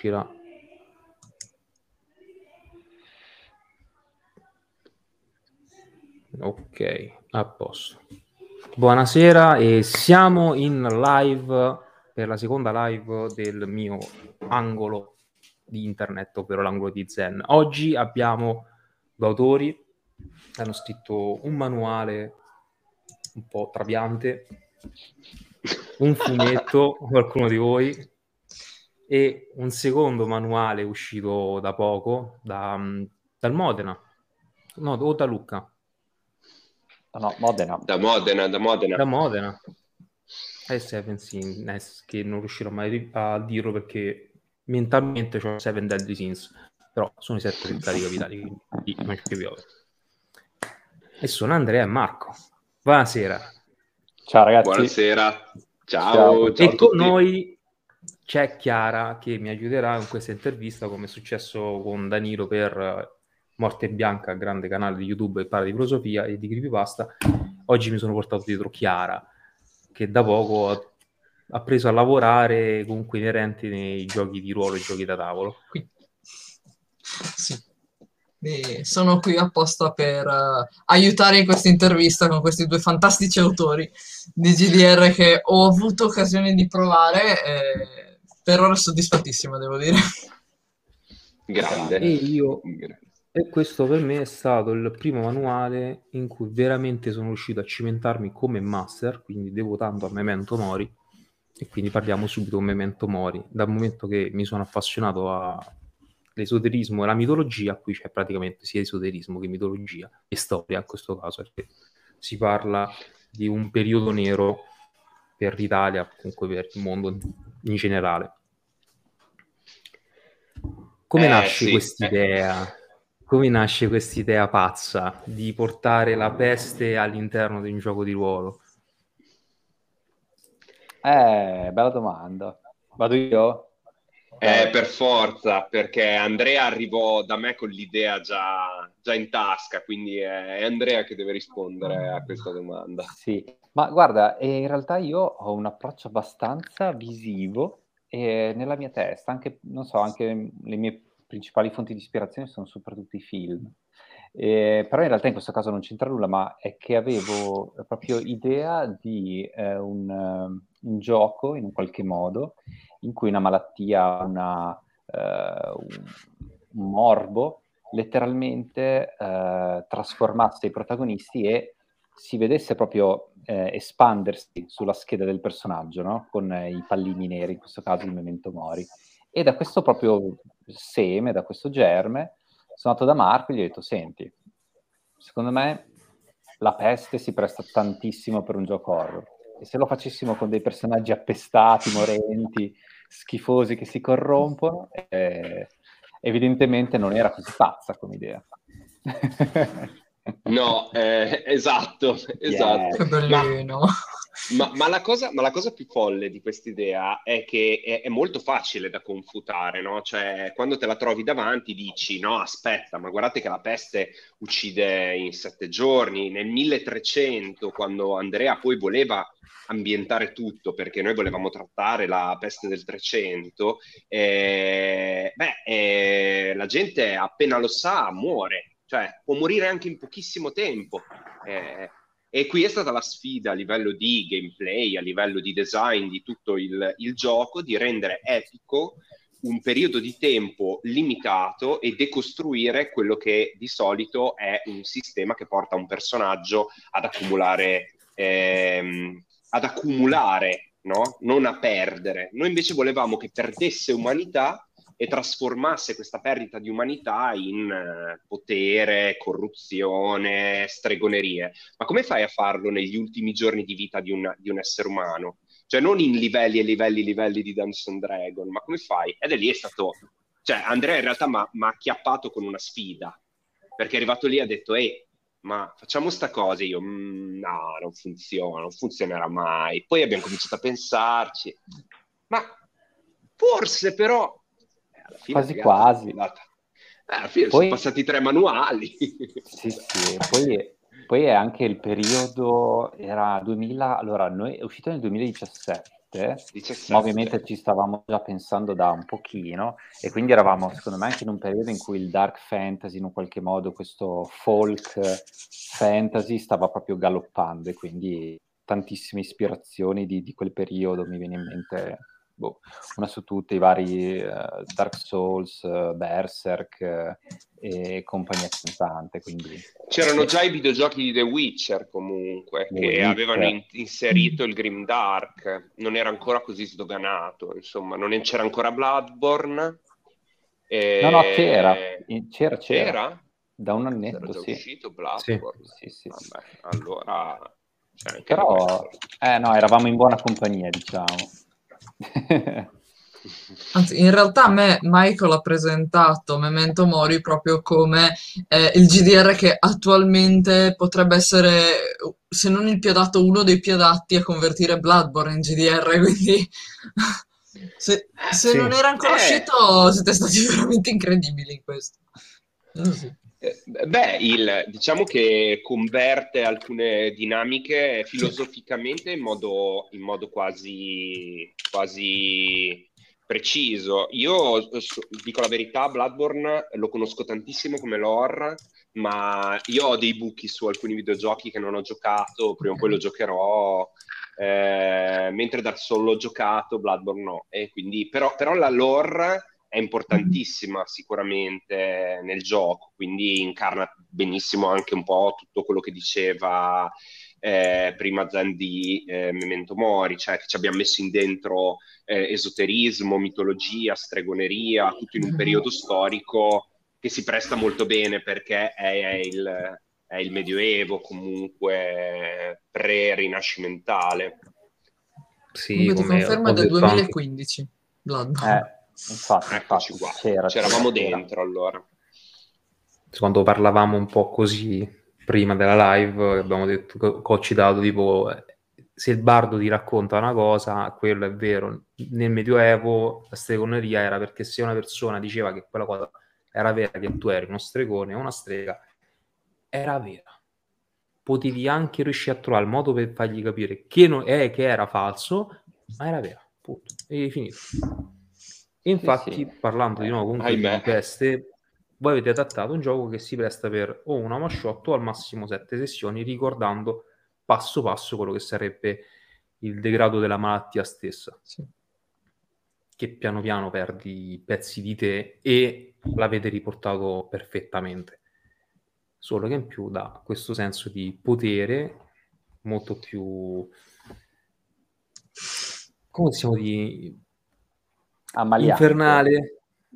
uscirà. Ok, a posto. Buonasera e siamo in live per la seconda live del mio angolo di internet, ovvero l'angolo di Zen. Oggi abbiamo due autori che hanno scritto un manuale un po' trapiante, un fumetto, qualcuno di voi, e un secondo manuale uscito da poco dal Modena, no, o da Lucca. No, Modena. Da Modena. Da Modena. Seven Sins, che non riuscirò mai a dirlo perché mentalmente ho Seven Deadly Sins, però sono i 7 peccati capitali, quindi non c'è più. E sono Andrea e Marco. Buonasera. Ciao ragazzi. Buonasera. Ciao E a con tutti. noi c'è Chiara che mi aiuterà in questa intervista, come è successo con Danilo per Morte Bianca, grande canale di YouTube che parla di filosofia e di creepypasta. Oggi mi sono portato dietro Chiara, che da poco ha preso a lavorare comunque inerenti nei giochi di ruolo e giochi da tavolo. Sì. Sono qui apposta per aiutare in questa intervista con questi due fantastici autori di GDR che ho avuto occasione di provare e per ora soddisfattissima, devo dire. Grande. E questo per me è stato il primo manuale in cui veramente sono riuscito a cimentarmi come master, quindi devo tanto a Memento Mori, e quindi parliamo subito di Memento Mori. Dal momento che mi sono appassionato all'esoterismo e alla mitologia, qui c'è praticamente sia esoterismo che mitologia e storia in questo caso, perché si parla di un periodo nero per l'Italia, comunque per il mondo in generale. Come nasce quest'idea? Come nasce quest'idea pazza di portare la peste all'interno di un gioco di ruolo? Bella domanda. Vado io? Per forza, perché Andrea arrivò da me con l'idea già in tasca, quindi è Andrea che deve rispondere a questa domanda. Sì, ma guarda, in realtà io ho un approccio abbastanza visivo nella mia testa, anche, non so, anche le mie principali fonti di ispirazione sono soprattutto i film. Però in realtà in questo caso non c'entra nulla, ma è che avevo proprio idea di un gioco, in un qualche modo, in cui una malattia, un morbo, letteralmente trasformasse i protagonisti e si vedesse proprio espandersi sulla scheda del personaggio, no? Con i pallini neri, in questo caso il Memento Mori. E da questo proprio seme, da questo germe, sono andato da Marco e gli ho detto: senti, secondo me la peste si presta tantissimo per un gioco horror, e se lo facessimo con dei personaggi appestati, morenti, schifosi che si corrompono, evidentemente non era così pazza come idea. No, esatto. Che bellino. Ma la cosa più folle di quest'idea è che è molto facile da confutare, no? Cioè, quando te la trovi davanti dici, no, aspetta, ma guardate che la peste uccide in 7 giorni. Nel 1300, quando Andrea poi voleva ambientare tutto, perché noi volevamo trattare la peste del 300, la gente appena lo sa muore, cioè può morire anche in pochissimo tempo. E qui è stata la sfida a livello di gameplay, a livello di design di tutto il gioco, di rendere epico un periodo di tempo limitato e decostruire quello che di solito è un sistema che porta un personaggio ad accumulare, no? Non a perdere. Noi invece volevamo che perdesse umanità e trasformasse questa perdita di umanità in potere, corruzione, stregonerie. Ma come fai a farlo negli ultimi giorni di vita di un essere umano? Cioè non in livelli e livelli di Dungeons and Dragons, ma come fai? Ed è lì è stato... Cioè Andrea in realtà mi ha acchiappato con una sfida, perché è arrivato lì e ha detto, ma facciamo sta cosa. Io, no, non funziona, non funzionerà mai. Poi abbiamo cominciato a pensarci, ma forse però... Alla fine, quasi quasi. Alla fine poi, sono passati 3 manuali. Sì, poi è anche il periodo, era 2000, allora noi è uscito nel 2017, ma ovviamente ci stavamo già pensando da un pochino, e quindi eravamo secondo me anche in un periodo in cui il dark fantasy, in un qualche modo questo folk fantasy stava proprio galoppando, e quindi tantissime ispirazioni di quel periodo mi viene in mente, una su tutte, i vari Dark Souls, Berserk e compagnia cantante. Quindi c'erano già i videogiochi di The Witcher comunque, che avevano inserito il grimdark, non era ancora così sdoganato, insomma, non c'era ancora Bloodborne. No, c'era. C'era? Da un Era annetto, già sì. uscito Bloodborne. Sì. Vabbè, allora c'è anche però no, eravamo in buona compagnia, diciamo. Anzi, in realtà a me Michael ha presentato Memento Mori proprio come il GDR che attualmente potrebbe essere, se non il più adatto, uno dei più adatti a convertire Bloodborne in GDR, quindi se non era ancora uscito siete stati veramente incredibili in questo. Sì. Diciamo che converte alcune dinamiche filosoficamente in modo quasi preciso. Io dico la verità, Bloodborne lo conosco tantissimo come lore, ma io ho dei buchi su alcuni videogiochi che non ho giocato, prima o poi lo giocherò, mentre Dark Souls l'ho giocato, Bloodborne no. E quindi, però la lore è importantissima sicuramente nel gioco, quindi incarna benissimo anche un po' tutto quello che diceva prima Zan di Memento Mori, cioè che ci abbiamo messo in dentro esoterismo, mitologia, stregoneria, tutto in un periodo storico che si presta molto bene perché è il Medioevo, comunque pre-rinascimentale. Sì, Comunque ti conferma del 2015 Bloodborne. Infatti c'eravamo dentro allora. Quando parlavamo un po' così prima della live, abbiamo detto, ho citato tipo, se il bardo ti racconta una cosa, quello è vero. Nel Medioevo la stregoneria era perché se una persona diceva che quella cosa era vera, che tu eri uno stregone o una strega, era vera. Potevi anche riuscire a trovare il modo per fargli capire che era falso, ma era vera, punto. E finito. E infatti, parlando di nuovo comunque di peste, voi avete adattato un gioco che si presta per o una one shot o al massimo 7 sessioni, ricordando passo passo quello che sarebbe il degrado della malattia stessa. Sì. Che piano piano perdi pezzi di te e l'avete riportato perfettamente. Solo che in più dà questo senso di potere molto più, come possiamo dire, infernale.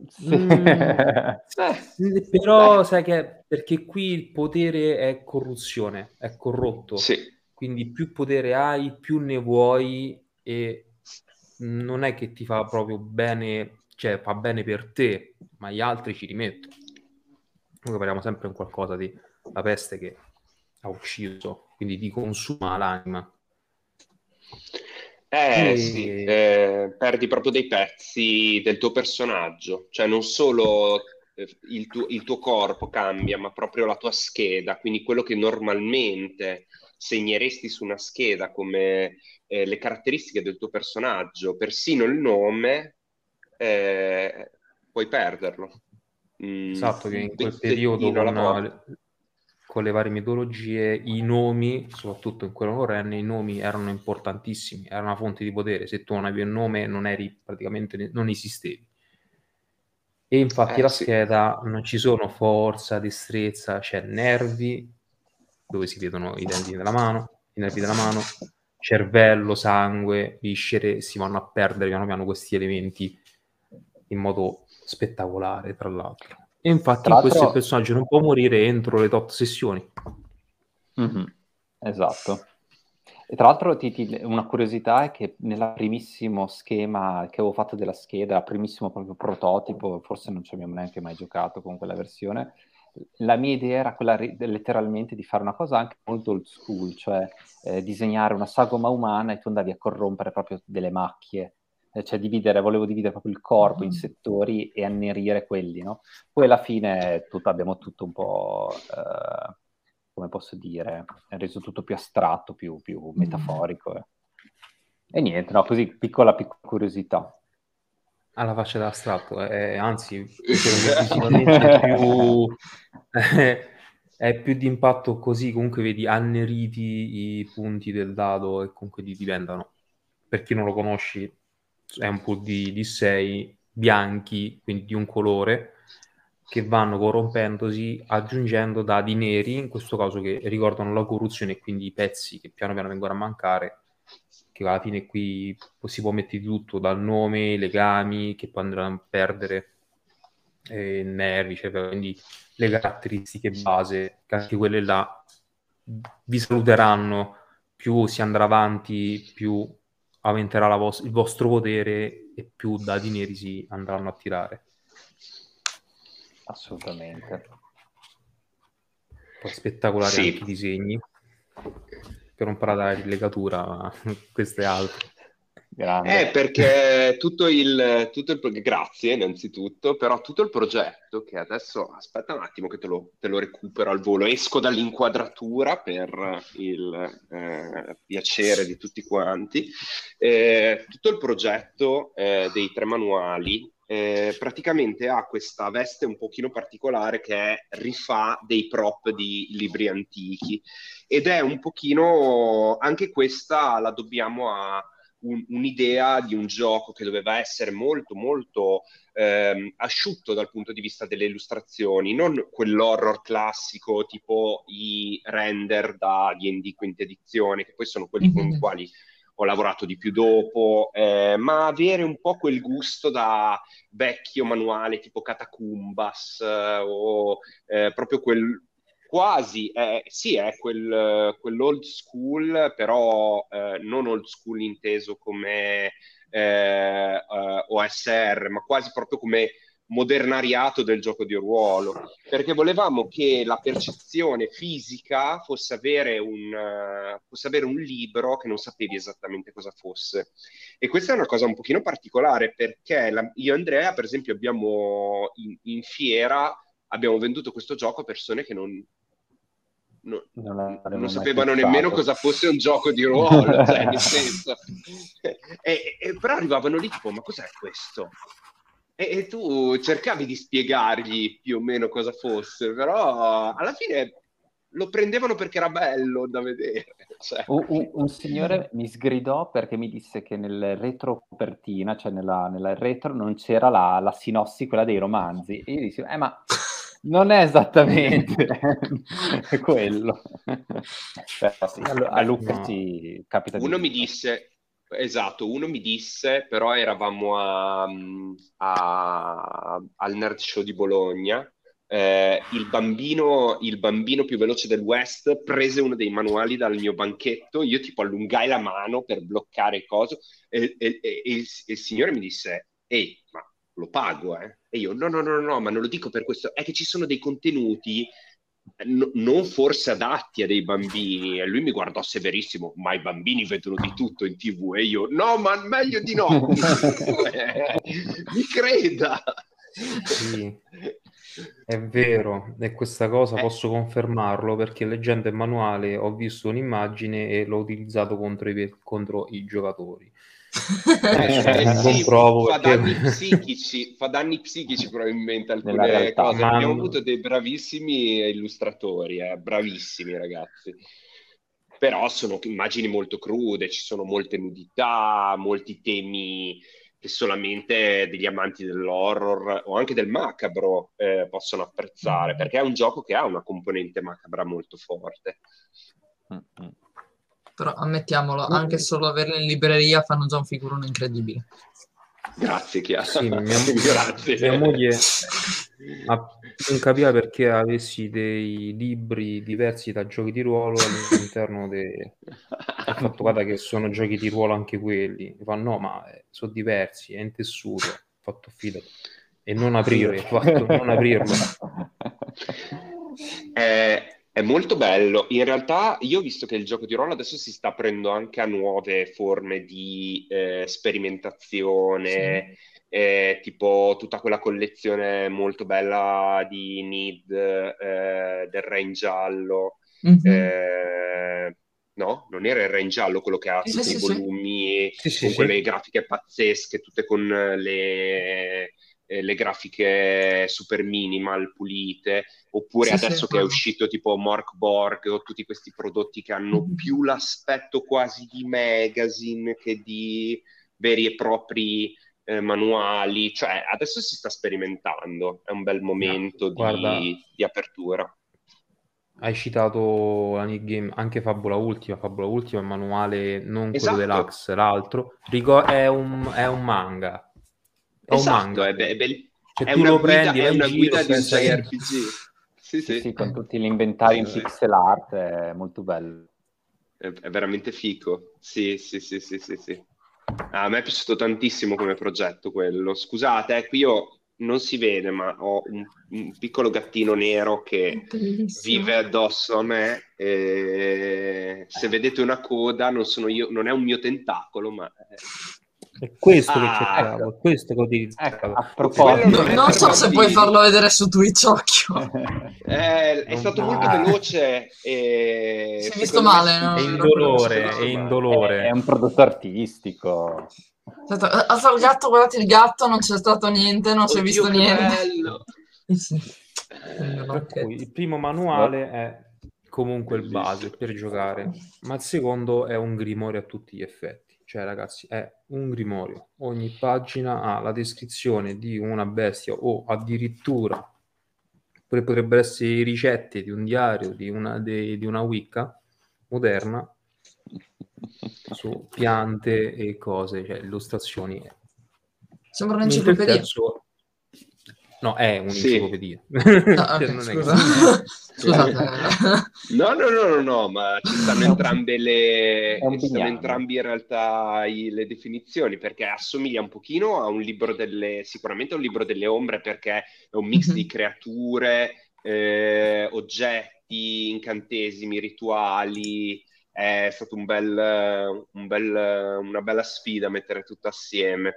Però sai che perché qui il potere è corruzione, è corrotto. Quindi più potere hai, più ne vuoi, e non è che ti fa proprio bene, cioè fa bene per te, ma gli altri ci rimettono. Noi parliamo sempre di qualcosa di la peste che ha ucciso, quindi ti consuma l'anima. Sì, perdi proprio dei pezzi del tuo personaggio, cioè non solo il tuo corpo cambia, ma proprio la tua scheda, quindi quello che normalmente segneresti su una scheda come le caratteristiche del tuo personaggio, persino il nome, puoi perderlo. Esatto, che in quel periodo con le varie mitologie i nomi, soprattutto in quello norrenne, i nomi erano importantissimi, era una fonte di potere. Se tu non avevi un nome non esistevi. E infatti la scheda non ci sono forza, destrezza, c'è nervi, dove si vedono i nervi della mano, cervello, sangue, viscere, si vanno a perdere piano piano questi elementi in modo spettacolare, tra l'altro. E infatti questo personaggio non può morire entro le tot sessioni. Esatto. E tra l'altro una curiosità è che nel primissimo schema che avevo fatto della scheda, primissimo proprio prototipo, forse non ci abbiamo neanche mai giocato con quella versione, la mia idea era quella letteralmente di fare una cosa anche molto old school, cioè disegnare una sagoma umana e tu andavi a corrompere proprio delle macchie, cioè volevo dividere proprio il corpo in settori e annerire quelli, no? Poi alla fine abbiamo tutto un po', come posso dire, reso tutto più astratto, più metaforico. E niente, no, così piccola curiosità. Alla faccia dell'astratto, anzi, secondo me visivamente è più, è più di impatto così, comunque vedi anneriti i punti del dado e comunque diventano, per chi non lo conosci, è un po' di 6 bianchi, quindi di un colore, che vanno corrompendosi, aggiungendo dadi neri, in questo caso che ricordano la corruzione e quindi i pezzi che piano piano vengono a mancare, che alla fine qui si può mettere di tutto, dal nome, legami, che poi andranno a perdere, nervi, eccetera. Quindi le caratteristiche base, che anche quelle là vi saluteranno, più si andrà avanti, più aumenterà il vostro potere e più dadi neri si andranno a tirare. Assolutamente. Poi spettacolari Sì. anche i disegni, per non parlare di legatura, ma questo è altro. Grande. Perché grazie innanzitutto, però tutto il progetto che adesso, aspetta un attimo che te lo recupero al volo, esco dall'inquadratura per il piacere di tutti quanti. Tutto il progetto dei 3 manuali praticamente ha questa veste un pochino particolare che rifà dei prop di libri antichi, ed è un pochino, anche questa la dobbiamo a un'idea di un gioco che doveva essere molto molto asciutto dal punto di vista delle illustrazioni, non quell'horror classico tipo i render da D&D quinta edizione, che poi sono quelli con i quali ho lavorato di più dopo, ma avere un po' quel gusto da vecchio manuale tipo Catacumbas, o proprio quel quasi, sì, è quell'old school, però non old school inteso come OSR, ma quasi proprio come modernariato del gioco di ruolo, perché volevamo che la percezione fisica fosse avere un libro che non sapevi esattamente cosa fosse. E questa è una cosa un pochino particolare, perché io e Andrea, per esempio, abbiamo in fiera abbiamo venduto questo gioco a persone che non l'avevo mai sapevano nemmeno pensato. cosa fosse un gioco di ruolo, cioè, nel senso. Però arrivavano lì tipo, ma cos'è questo? E tu cercavi di spiegargli più o meno cosa fosse, però alla fine lo prendevano perché era bello da vedere. Cioè. Un signore mi sgridò perché mi disse che nel retro copertina, cioè nella retro, non c'era la sinossi, quella dei romanzi. E io dissi, ma non è esattamente è quello. Però sì, a Luca ci capita di Uno mi tutto. disse, esatto, uno mi disse, però eravamo al Nerd Show di Bologna, il bambino più veloce del West prese uno dei manuali dal mio banchetto, io tipo allungai la mano per bloccare il coso e il signore mi disse, ehi, ma lo pago, eh? E io, no, ma non lo dico per questo, è che ci sono dei contenuti non forse adatti a dei bambini. E lui mi guardò severissimo, ma i bambini vedono di tutto in TV. E io, no, ma meglio di no. Mi creda. Sì, è vero, e questa cosa posso confermarlo perché leggendo il manuale ho visto un'immagine e l'ho utilizzato contro i giocatori. Non Sì, provo fa perché... danni psichici probabilmente Nella alcune realtà. cose. Ma- Abbiamo avuto dei bravissimi illustratori, bravissimi ragazzi. Però sono immagini molto crude, ci sono molte nudità, molti temi che solamente degli amanti dell'horror o anche del macabro possono apprezzare, perché è un gioco che ha una componente macabra molto forte. Però ammettiamolo, anche solo averle in libreria fanno già un figurone incredibile. Grazie, Chiara. Sì, Grazie. mia moglie non capiva perché avessi dei libri diversi da giochi di ruolo all'interno ho fatto guarda che sono giochi di ruolo anche quelli. Fa no, ma sono diversi, è in tessuto. Ho fatto fidati. E non aprire, ho fatto non aprirlo. È molto bello. In realtà io ho visto che il gioco di ruolo adesso si sta aprendo anche a nuove forme di sperimentazione, tipo tutta quella collezione molto bella di Need, del Re in giallo. no? Non era il re in giallo quello che ha Sì, tutti sì, i sì. volumi Sì, sì, con sì. quelle grafiche pazzesche, tutte con le grafiche super minimal, pulite, oppure Sì, sì, adesso che è quello. uscito tipo Mork Borg o tutti questi prodotti che hanno Mhm. più l'aspetto quasi di magazine che di veri e propri manuali, cioè adesso si sta sperimentando, è un bel momento Guarda, di apertura. hai citato la Nick Game, anche Fabula Ultima. Fabula Ultima è un manuale, non quello Esatto, deluxe, l'altro. È un manga. È un esatto, manga quello. Cioè è tu lo prendi, è vai in una giro guida e di un pensa che... JRPG. Sì, Sì, sì, sì, con tutti l'inventario in sì, sì. pixel art, è molto bello. È veramente fico. Sì, sì, sì, sì, sì, sì. A me è piaciuto tantissimo come progetto quello. Scusate, qui io non si vede, ma ho un piccolo gattino nero che Bellissimo. vive addosso a me. E se vedete una coda, non sono io, non è un mio tentacolo, ma È questo che ah, cercavo, Ecco, è questo che ho ecco, utilizzato. a quello No- non è non per proposito, so se puoi bambini. farlo vedere su Twitch, occhio. È Non stato può. molto veloce e Si è visto secondo me male, È no? in Era quello che si è dolore, è visto sembrava. in male. è dolore. un prodotto artistico. Aspetta, alza il gatto, guardate il gatto, non c'è stato niente, non si è Oddio, visto che niente. bello! Sì. Quindi Per cui il primo Va- manuale è comunque il base Bellissimo. per giocare, ma il secondo è un grimorio a tutti gli effetti. Cioè, ragazzi, è un grimorio. Ogni pagina ha la descrizione di una bestia o addirittura potrebbero essere ricette di un diario, di una Wicca moderna su piante e cose, cioè illustrazioni. Sembra Mentre il un'enciclopedia. terzo, no, è Sì. un'enciclopedia. Ah, Cioè, ok, non è che scusa. cioè, Scusate. No, no, no, no, no, ma ci stanno È un, entrambe è un ci stanno bignami. entrambi in realtà le definizioni, perché assomiglia un pochino a un libro sicuramente a un libro delle ombre, perché è un mix di Mhm. creature, oggetti, incantesimi, rituali. È stato una bella sfida mettere tutto assieme,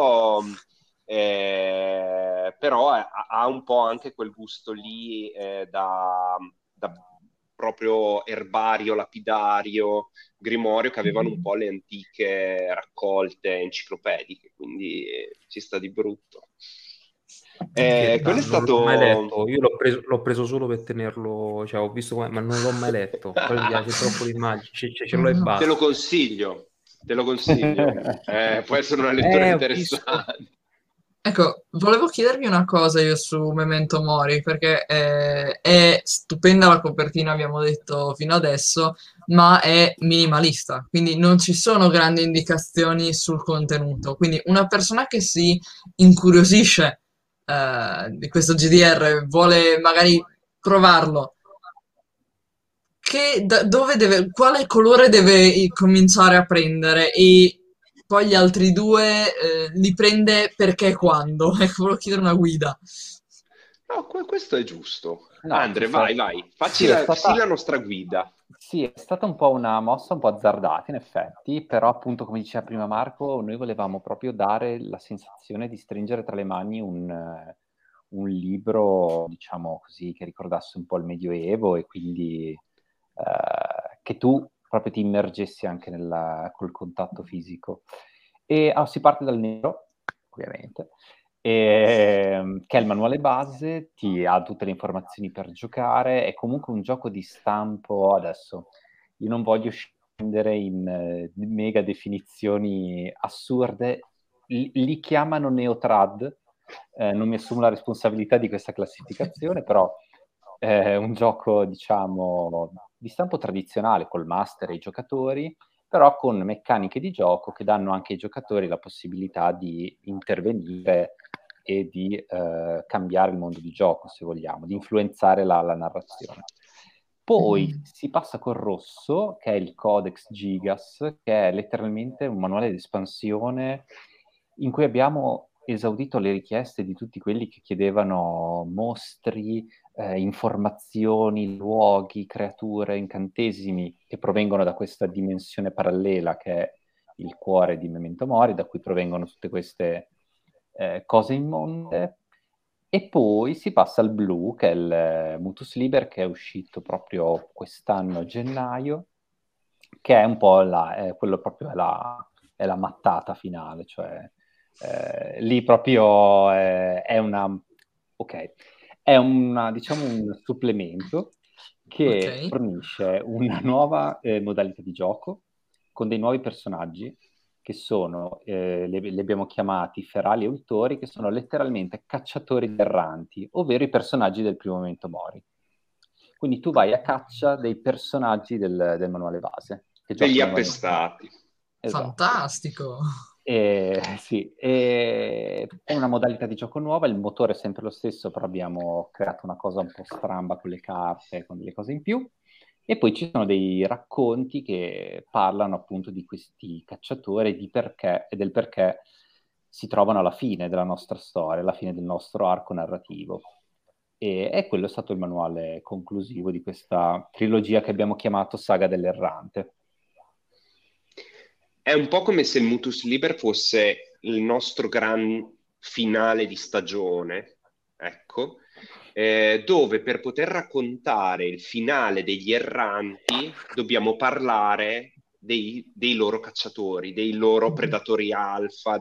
però ha un po' anche quel gusto lì da proprio erbario, lapidario, grimorio che avevano un po' le antiche raccolte enciclopediche, quindi ci sta di brutto. scherza, Quello è non l'ho mai stato... letto. Io l'ho preso solo per tenerlo, cioè ho visto ma non l'ho mai letto. Poi mi piace troppo l'immagine, ce l'ho e Mhm. Te lo basta. consiglio, te lo consiglio. Può essere una lettura Ho visto. interessante. Ecco, volevo chiedervi una cosa io su Memento Mori, perché è stupenda la copertina, abbiamo detto fino adesso, ma è minimalista, quindi non ci sono grandi indicazioni sul contenuto. Quindi una persona che si incuriosisce di questo GDR, vuole magari provarlo, dove deve, quale colore deve cominciare a prendere e poi gli altri due li prende perché e quando? Ecco, volevo chiedere una guida. No, questo è giusto. No, Andre, vai, facci sì, sii la nostra guida. sì, è stata un po' una mossa un po' azzardata in effetti, però appunto come diceva prima Marco, noi volevamo proprio dare la sensazione di stringere tra le mani un libro, diciamo così, che ricordasse un po' il Medioevo e quindi che tu proprio ti immergessi anche col contatto fisico. E si parte dal nero, ovviamente, che è il manuale base, ti ha tutte le informazioni per giocare, è comunque un gioco di stampo, adesso io non voglio scendere in mega definizioni assurde, li chiamano neotrad, non mi assumo la responsabilità di questa classificazione, però è un gioco, diciamo, di stampo tradizionale col master e i giocatori, però con meccaniche di gioco che danno anche ai giocatori la possibilità di intervenire e di cambiare il mondo di gioco, se vogliamo, di influenzare la narrazione. Poi Mm. si passa col rosso, che è il Codex Gigas, che è letteralmente un manuale di espansione in cui abbiamo esaudito le richieste di tutti quelli che chiedevano mostri, informazioni, luoghi, creature, incantesimi che provengono da questa dimensione parallela che è il cuore di Memento Mori, da cui provengono tutte queste cose immonde. E poi si passa al blu, che è il Mutus Liber, che è uscito proprio quest'anno a gennaio, che è un po' quello proprio è la mattata finale, cioè lì proprio è diciamo un supplemento che Ok. fornisce una nuova modalità di gioco con dei nuovi personaggi che sono, li abbiamo chiamati ferali e ultori, che sono letteralmente cacciatori di erranti, ovvero i personaggi del primo Memento Mori. Quindi tu vai a caccia dei personaggi del manuale base, che giochi Degli manualmente. appestati. Esatto. Fantastico. Sì, è una modalità di gioco nuova, il motore è sempre lo stesso, però abbiamo creato una cosa un po' stramba con le carte, con delle cose in più. E poi ci sono dei racconti che parlano appunto di questi cacciatori e del perché si trovano alla fine della nostra storia, alla fine del nostro arco narrativo. E quello è stato il manuale conclusivo di questa trilogia che abbiamo chiamato Saga dell'Errante. È un po' come se il Mutus Liber fosse il nostro gran finale di stagione, ecco, dove per poter raccontare il finale degli erranti dobbiamo parlare dei loro cacciatori, dei loro predatori alfa,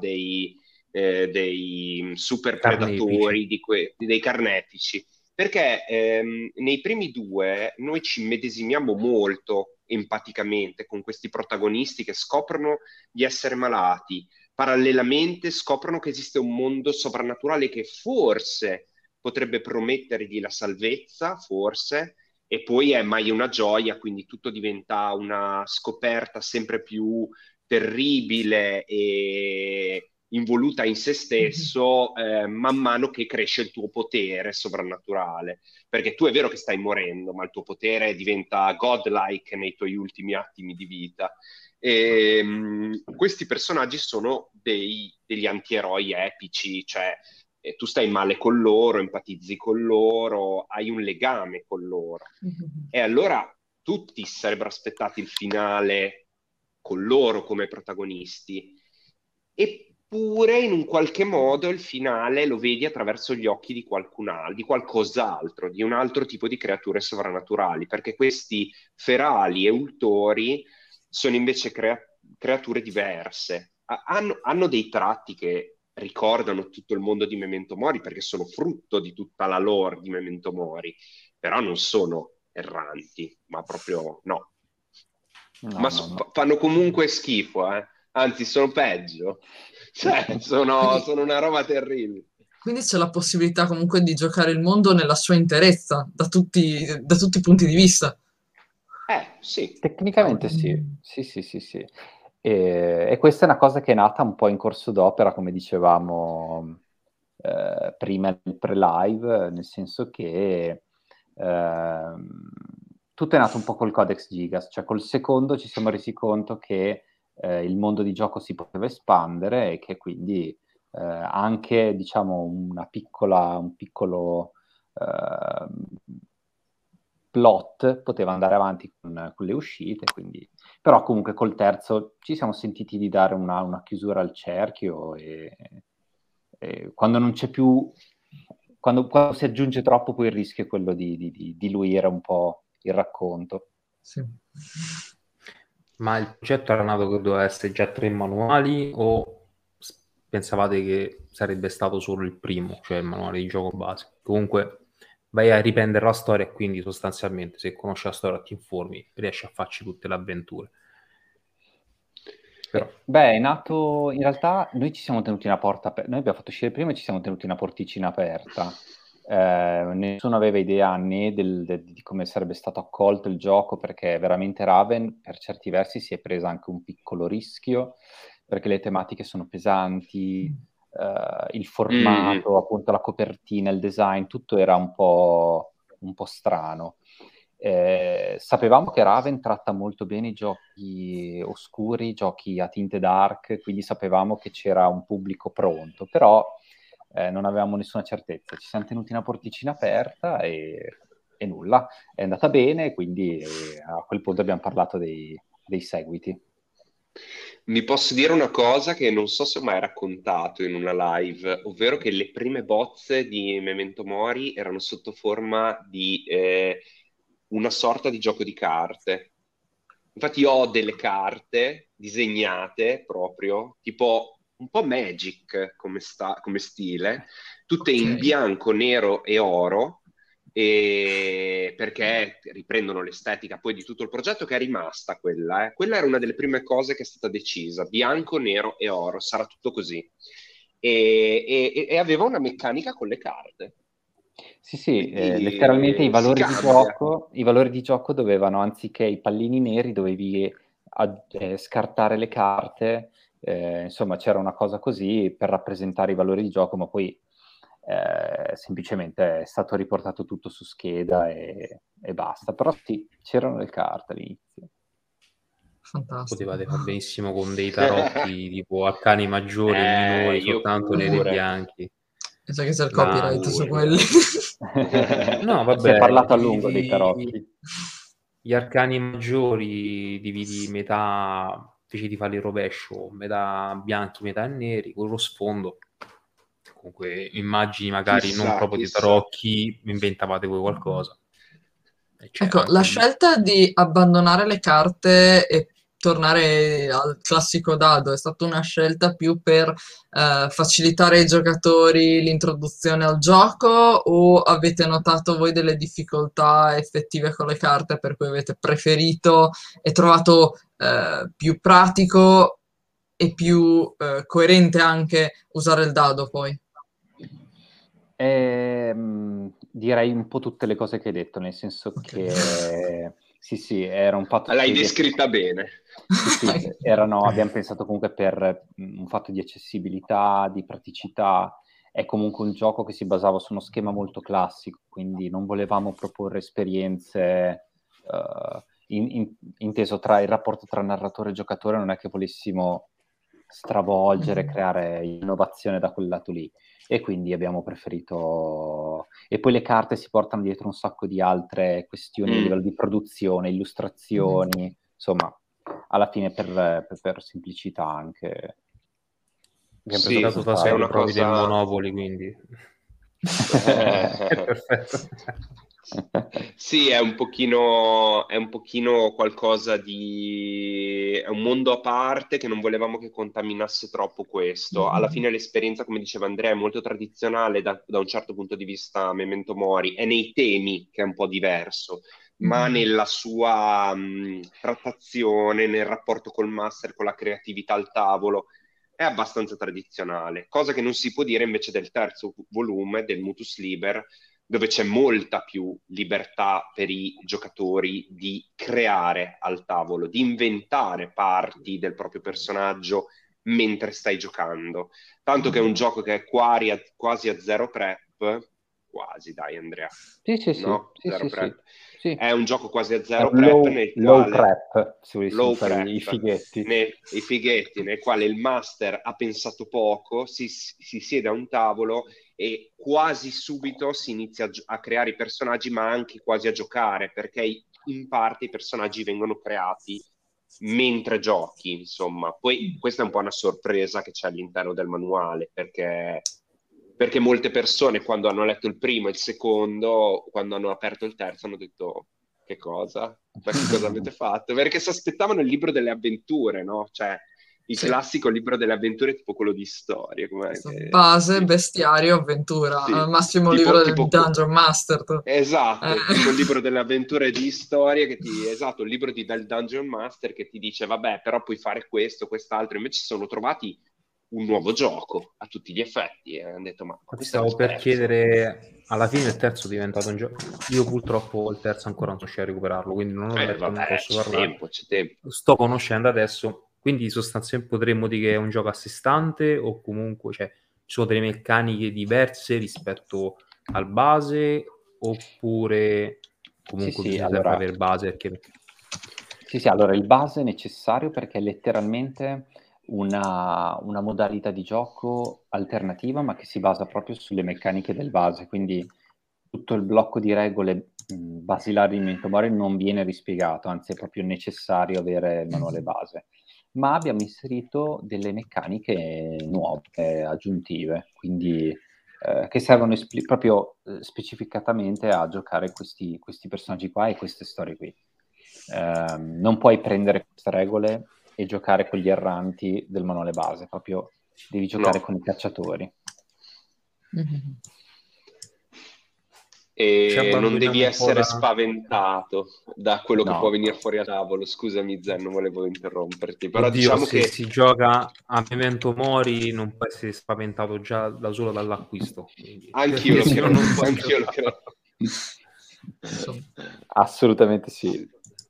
dei super predatori, Carnefici. dei carnefici. Perché nei primi due noi ci medesimiamo molto empaticamente con questi protagonisti che scoprono di essere malati, parallelamente scoprono che esiste un mondo soprannaturale che forse potrebbe promettergli la salvezza, forse, e poi è mai una gioia, quindi tutto diventa una scoperta sempre più terribile e involuta in se stesso, man mano che cresce il tuo potere sovrannaturale. Perché tu è vero che stai morendo, ma il tuo potere diventa godlike nei tuoi ultimi attimi di vita. E, questi personaggi sono degli antieroi epici, cioè tu stai male con loro, empatizzi con loro, hai un legame con loro. E allora tutti si sarebbero aspettati il finale con loro come protagonisti. Eppure, in un qualche modo, il finale lo vedi attraverso gli occhi di qualcun altro, di qualcos'altro, di un altro tipo di creature sovrannaturali, perché questi ferali e ultori sono invece creature diverse. Hanno dei tratti che ricordano tutto il mondo di Memento Mori, perché sono frutto di tutta la lore di Memento Mori, però non sono erranti, ma proprio no. Ma No. fanno comunque schifo, eh? Anzi, sono peggio. Cioè, sono, Quindi, sono una roba terribile. quindi c'è la possibilità comunque di giocare il mondo nella sua interezza, da tutti i punti di vista. Sì. Tecnicamente sì, sì. E questa è una cosa che è nata un po' in corso d'opera, come dicevamo prima nel pre-live, nel senso che tutto è nato un po' col Codex Gigas, cioè col secondo ci siamo resi conto che il mondo di gioco si poteva espandere e che quindi anche, diciamo, un piccolo plot poteva andare avanti con le uscite, quindi. Però comunque col terzo ci siamo sentiti di dare una chiusura al cerchio e quando non c'è più, quando si aggiunge troppo poi il rischio è quello di diluire un po' il racconto. Sì. Ma il progetto era nato che doveva essere già 3 manuali o pensavate che sarebbe stato solo il primo, cioè il manuale di gioco base? Comunque vai a riprendere la storia e quindi sostanzialmente se conosci la storia ti informi, riesci a farci tutte le avventure. Però. Beh, è nato, in realtà noi ci siamo tenuti una porta aperta, noi abbiamo fatto uscire prima e ci siamo tenuti una porticina aperta. Nessuno aveva idea né di come sarebbe stato accolto il gioco, perché veramente Raven per certi versi si è presa anche un piccolo rischio, perché le tematiche sono pesanti, il Mm. formato, appunto la copertina, il design, tutto era un po' strano. Sapevamo che Raven tratta molto bene i giochi oscuri, i giochi a tinte dark, quindi sapevamo che c'era un pubblico pronto, però non avevamo nessuna certezza. Ci siamo tenuti una porticina aperta e nulla. È andata bene, quindi a quel punto abbiamo parlato dei seguiti. Vi posso dire una cosa che non so se ho mai raccontato in una live, ovvero che le prime bozze di Memento Mori erano sotto forma di una sorta di gioco di carte. Infatti io ho delle carte disegnate proprio, tipo un po' Magic come stile, tutte in Ok. bianco, nero e oro, perché riprendono l'estetica poi di tutto il progetto, che è rimasta quella. Quella era una delle prime cose che è stata decisa, bianco, nero e oro, sarà tutto così. E aveva una meccanica con le carte. Sì, sì, letteralmente Quindi si cambia. i valori di gioco dovevano, anziché i pallini neri, dovevi scartare le carte, insomma c'era una cosa così per rappresentare i valori di gioco, ma poi semplicemente è stato riportato tutto su scheda e basta. Però sì, c'erano le carte all'inizio. Fantastico. Potevate fare benissimo con dei tarotti tipo arcani maggiori e minori, Io soltanto neri e pure. bianchi. Mi sa che c'è il Io La... copyright su pure. quelli. No, Si è vabbè, parlato a lungo dei dividi tarocchi. gli arcani maggiori, dividi metà, invece di farli rovescio, metà bianchi, metà neri, con lo sfondo. Comunque, immagini magari non Chissà, proprio di chissà. tarocchi, inventavate voi qualcosa. E c'era Ecco, la anche lì. scelta di abbandonare le carte e tornare al classico dado è stata una scelta più per facilitare ai giocatori l'introduzione al gioco, o avete notato voi delle difficoltà effettive con le carte per cui avete preferito e trovato più pratico e più coerente anche usare il dado poi? Direi un po' tutte le cose che hai detto, nel senso Ok. che sì, era un fatto L'hai che descritta bene. sì, abbiamo pensato comunque per un fatto di accessibilità, di praticità. È comunque un gioco che si basava su uno schema molto classico, quindi non volevamo proporre esperienze, inteso tra il rapporto tra narratore e giocatore, non è che volessimo stravolgere, creare innovazione da quel lato lì. E quindi abbiamo preferito... E poi le carte si portano dietro un sacco di altre questioni a livello di produzione, illustrazioni, insomma, alla fine per semplicità anche. Abbiamo Questo Sì, caso fa è sempre una proprio del cosa... Monopoli, quindi è perfetto. Sì, è un pochino qualcosa di... è un mondo a parte che non volevamo che contaminasse troppo questo. Alla fine l'esperienza, come diceva Andrea, è molto tradizionale da un certo punto di vista Memento Mori, è nei temi che è un po' diverso, ma nella sua trattazione, nel rapporto col master, con la creatività al tavolo, è abbastanza tradizionale, cosa che non si può dire invece del terzo volume, del Mutus Liber, dove c'è molta più libertà per i giocatori di creare al tavolo, di inventare parti del proprio personaggio mentre stai giocando. Tanto che è un gioco che è quasi a zero prep, quasi dai Andrea, Sì, no? Zero sì. prep. Sì. È un gioco quasi a È zero un prep nel low quale prep, se volessimo low usare i prep, fighetti. i fighetti, nel quale il master ha pensato poco, si siede a un tavolo e quasi subito si inizia a creare i personaggi, ma anche quasi a giocare, perché in parte i personaggi vengono creati mentre giochi, insomma. Poi questa è un po' una sorpresa che c'è all'interno del manuale, perché molte persone quando hanno letto il primo e il secondo, quando hanno aperto il terzo, hanno detto che cosa? Ma che cosa avete fatto? Perché si aspettavano il libro delle avventure, no? Cioè, il Sì, classico libro delle avventure tipo quello di storie. base, Sì, bestiario, avventura, al sì. massimo libro Tipo, del Dungeon Master. esatto, tipo il libro delle avventure di storie esatto, il libro del Dungeon Master che ti dice, vabbè, però puoi fare questo, quest'altro. Invece si sono trovati un nuovo gioco a tutti gli effetti e hanno detto, ma Infatti questo è uno stavo per scherzo. chiedere, alla fine il terzo è diventato un gioco. Io purtroppo il terzo ancora non sono riuscito a recuperarlo, quindi non l'ho letto, non Vabbè, posso c'è parlare. tempo, c'è tempo. Sto conoscendo adesso, quindi sostanzialmente potremmo dire che è un gioco a sé stante o comunque ci sono delle meccaniche diverse rispetto al base, oppure comunque Sì, bisogna sempre allora, avere base perché... sì, allora il base è necessario perché è letteralmente una modalità di gioco alternativa, ma che si basa proprio sulle meccaniche del base, quindi tutto il blocco di regole basilari di Memento Mori non viene rispiegato, anzi è proprio necessario avere il manuale base. Ma abbiamo inserito delle meccaniche nuove, aggiuntive, quindi che servono proprio specificatamente a giocare questi personaggi qua e queste storie qui. Non puoi prendere queste regole e giocare con gli erranti del manuale base, proprio devi giocare con i cacciatori. Mhm. E non abbandoniamo devi un po' essere spaventato da quello che può No. venire fuori a tavolo. Scusami, Zen, non volevo interromperti, però Oddio, diciamo se che si gioca a Memento Mori non può essere spaventato già da solo dall'acquisto. Quindi, anch'io lo se no non credo, può anch'io lo giocare. credo. Insomma. Assolutamente sì.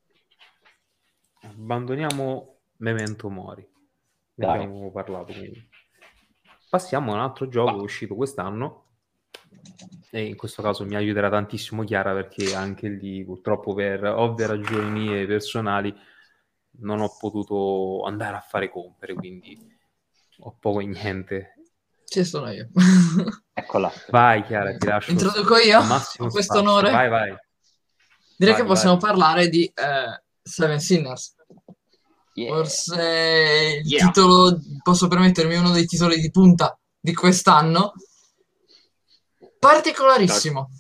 Abbandoniamo Memento Mori. Ne Dai. abbiamo parlato. Quindi. Passiamo a un altro gioco che è uscito quest'anno. E in questo caso mi aiuterà tantissimo Chiara, perché anche lì purtroppo per ovvie ragioni mie personali non ho potuto andare a fare compere, quindi ho poco e niente. Ci sono io. Eccola. Vai Chiara, ti lascio Introduco io? massimo Ho questo spazio. onore. Vai. Direi che Vai, possiamo vai. parlare di Seven Sinners. Yeah. Forse il Yeah. titolo, posso permettermi, uno dei titoli di punta di quest'anno. Particolarissimo.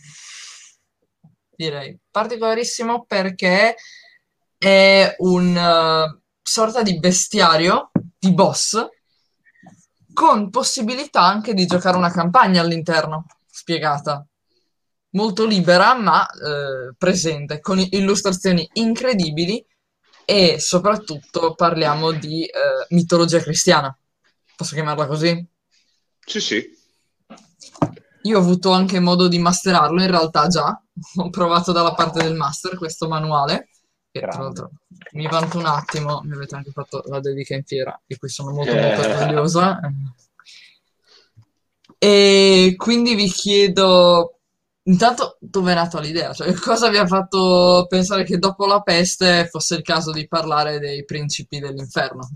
Direi particolarissimo perché è un sorta di bestiario di boss con possibilità anche di giocare una campagna all'interno, spiegata. Molto libera, ma presente, con illustrazioni incredibili e soprattutto parliamo di mitologia cristiana. Posso chiamarla così? Sì. Io ho avuto anche modo di masterarlo, in realtà già. Ho provato dalla parte del master questo manuale, che tra Grande. l'altro mi vanto un attimo, mi avete anche fatto la dedica in fiera, di cui sono molto orgogliosa. E quindi vi chiedo, intanto, dove è nata l'idea? Cioè, cosa vi ha fatto pensare che dopo la peste fosse il caso di parlare dei principi dell'inferno?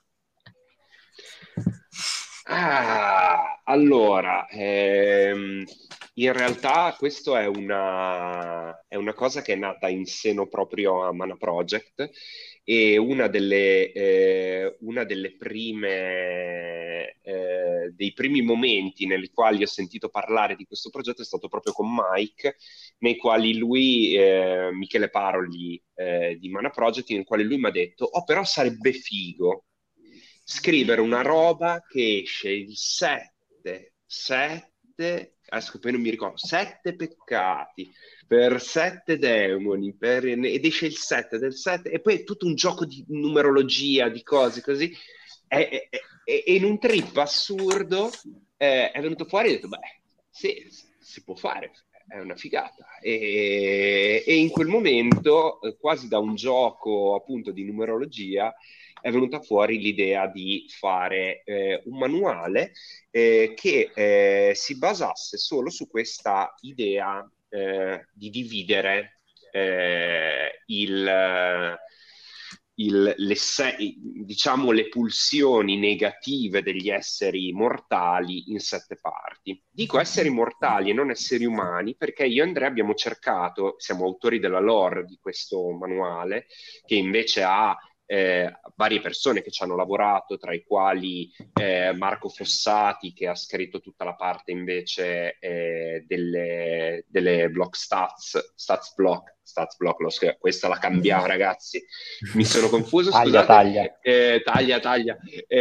Allora, in realtà questo è una cosa che è nata in seno proprio a Mana Project, e una delle prime, dei primi momenti nei quali ho sentito parlare di questo progetto è stato proprio con Mike, nei quali lui, Michele Paroli, di Mana Project, nel quale lui mi ha detto: oh, però sarebbe figo scrivere una roba che esce il 7, adesso poi non mi ricordo, 7 peccati per 7 demoni, ed esce il 7 del 7, e poi è tutto un gioco di numerologia, di cose così, e in un trip assurdo è venuto fuori e ho detto, beh, sì, si può fare, è una figata. E in quel momento, quasi da un gioco appunto di numerologia, è venuta fuori l'idea di fare un manuale che si basasse solo su questa idea di dividere diciamo, le pulsioni negative degli esseri mortali in 7 parti. Dico esseri mortali e non esseri umani perché io e Andrea abbiamo cercato, siamo autori della lore di questo manuale, che invece ha varie persone che ci hanno lavorato, tra i quali Marco Fossati, che ha scritto tutta la parte invece delle block stats block, questa la cambiamo, ragazzi, mi sono confuso, Taglia, scusate. taglia. Taglia.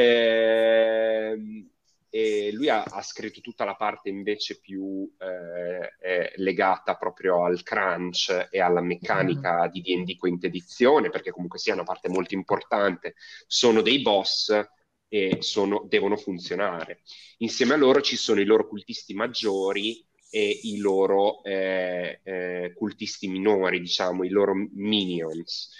E lui ha scritto tutta la parte invece più legata proprio al crunch e alla meccanica di D&D quinta edizione, perché comunque sia una parte molto importante. Sono dei boss e devono funzionare. Insieme a loro ci sono i loro cultisti maggiori e i loro cultisti minori, diciamo, i loro minions.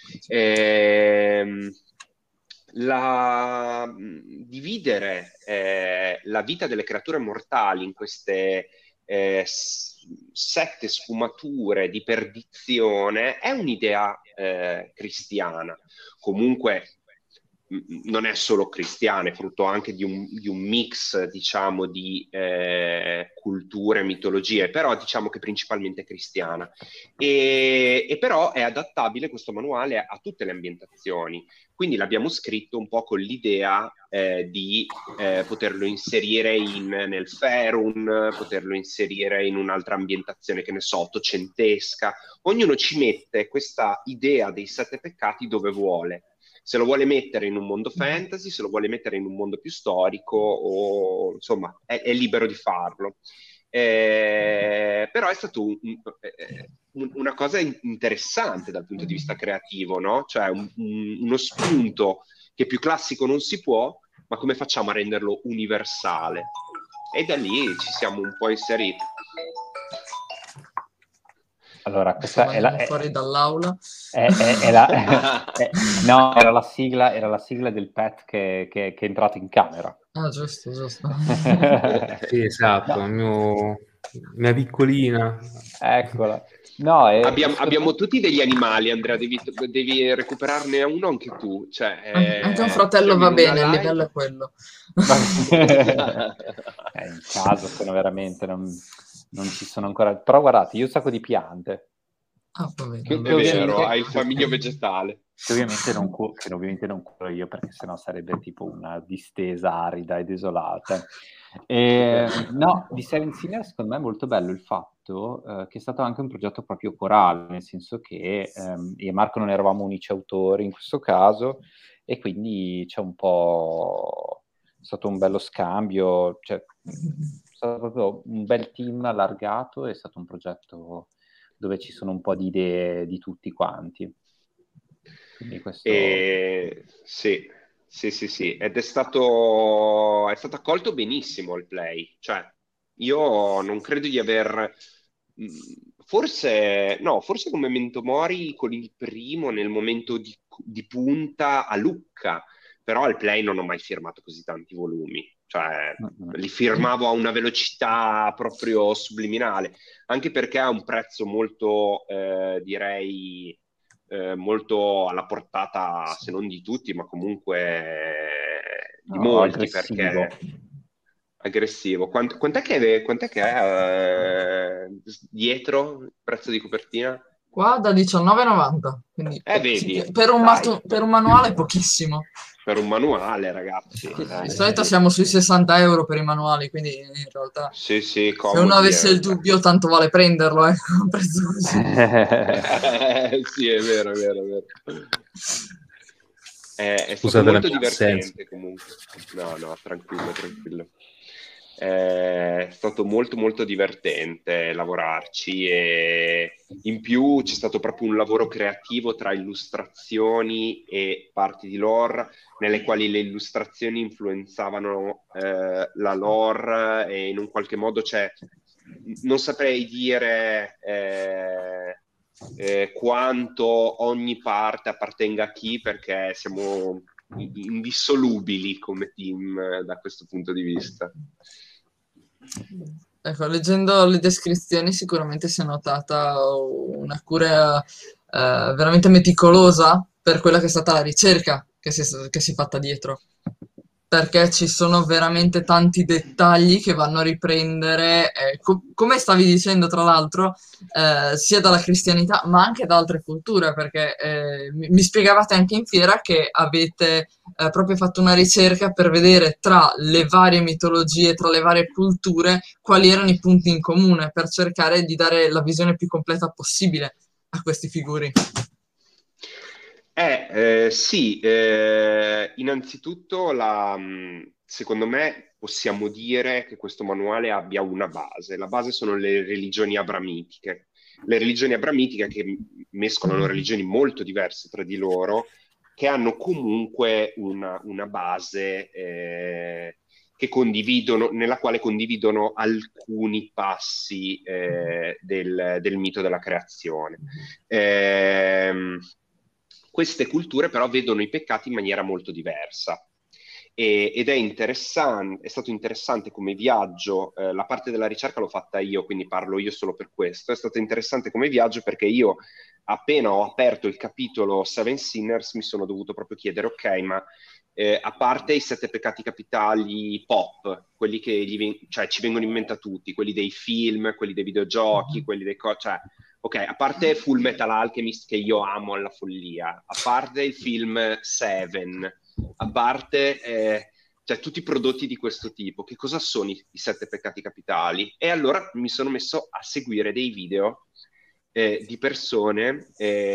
Dividere la vita delle creature mortali in queste 7 sfumature di perdizione è un'idea cristiana. Comunque non è solo cristiana, è frutto anche di un mix, diciamo, di culture, mitologie, però diciamo che principalmente è cristiana. E però è adattabile questo manuale a tutte le ambientazioni, quindi l'abbiamo scritto un po' con l'idea di poterlo inserire nel Faerun, poterlo inserire in un'altra ambientazione, che ne so, ottocentesca. Ognuno ci mette questa idea dei 7 peccati dove vuole. Se lo vuole mettere in un mondo fantasy, se lo vuole mettere in un mondo più storico, o insomma, è libero di farlo. Però è stato una cosa interessante dal punto di vista creativo, no? Cioè uno spunto che più classico non si può, ma come facciamo a renderlo universale? E da lì ci siamo un po' inseriti. Allora, questa è la... fuori dall'aula. No, era la sigla del pet che è entrato in camera. Ah, giusto. Sì, esatto, No. mia piccolina. Eccola. No, abbiamo tutti degli animali, Andrea, devi recuperarne uno anche tu. Cioè, anche un fratello va bene, il livello è quello. In caso sono veramente... Non ci sono ancora... Però guardate, io ho un sacco di piante. Ah, va bene. È vero, hai il famiglio vegetale. Che ovviamente non curo io, perché sennò sarebbe tipo una distesa arida e desolata. No, di Seven Sinners secondo me è molto bello il fatto che è stato anche un progetto proprio corale, nel senso che io e Marco non eravamo unici autori in questo caso, e quindi c'è un po'... è stato un bello scambio, cioè... è stato proprio un bel team allargato, è stato un progetto dove ci sono un po' di idee di tutti quanti. Quindi questo... Sì. Ed è stato accolto benissimo il play. Cioè, io non credo di aver... Forse come Memento Mori con il primo nel momento di punta a Lucca, però al play non ho mai firmato così tanti volumi. Cioè, li firmavo a una velocità proprio subliminale, anche perché ha un prezzo molto, direi, molto alla portata, se non di tutti, ma comunque di molti, aggressivo. Perché aggressivo. Quant'è che è dietro il prezzo di copertina? Qua da 19,90, quindi Vedi, per un manuale pochissimo. Per un manuale, ragazzi. Di solito siamo sui 60 euro per i manuali, quindi in realtà sì, se uno avesse il dubbio, tanto vale prenderlo, a un prezzo così. Sì, è vero. È Scusate, stato molto la mia divertente comunque. No, tranquillo. È stato molto molto divertente lavorarci, e in più c'è stato proprio un lavoro creativo tra illustrazioni e parti di lore, nelle quali le illustrazioni influenzavano la lore, e in un qualche modo, cioè, non saprei dire quanto ogni parte appartenga a chi, perché siamo indissolubili come team da questo punto di vista. Ecco, leggendo le descrizioni sicuramente si è notata una cura veramente meticolosa per quella che è stata la ricerca che si è fatta dietro, perché ci sono veramente tanti dettagli che vanno a riprendere, come stavi dicendo tra l'altro, sia dalla cristianità ma anche da altre culture, perché mi spiegavate anche in fiera che avete proprio fatto una ricerca per vedere tra le varie mitologie, tra le varie culture, quali erano i punti in comune, per cercare di dare la visione più completa possibile a questi figuri. Sì, innanzitutto secondo me possiamo dire che questo manuale abbia una base. La base sono le religioni abramitiche. Le religioni abramitiche, che mescolano religioni molto diverse tra di loro, che hanno comunque una base nella quale condividono alcuni passi del mito della creazione. Queste culture però vedono i peccati in maniera molto diversa, ed è stato interessante come viaggio. La parte della ricerca l'ho fatta io, quindi parlo io solo per questo. È stato interessante come viaggio perché io, appena ho aperto il capitolo Seven Sinners, mi sono dovuto proprio chiedere, ok, ma a parte i 7 peccati capitali pop, quelli che cioè, ci vengono in mente a tutti, quelli dei film, quelli dei videogiochi, quelli dei cioè, ok, a parte Full Metal Alchemist che io amo alla follia, a parte il film Seven, a parte cioè, tutti i prodotti di questo tipo, che cosa sono i 7 peccati capitali? E allora mi sono messo a seguire dei video di persone,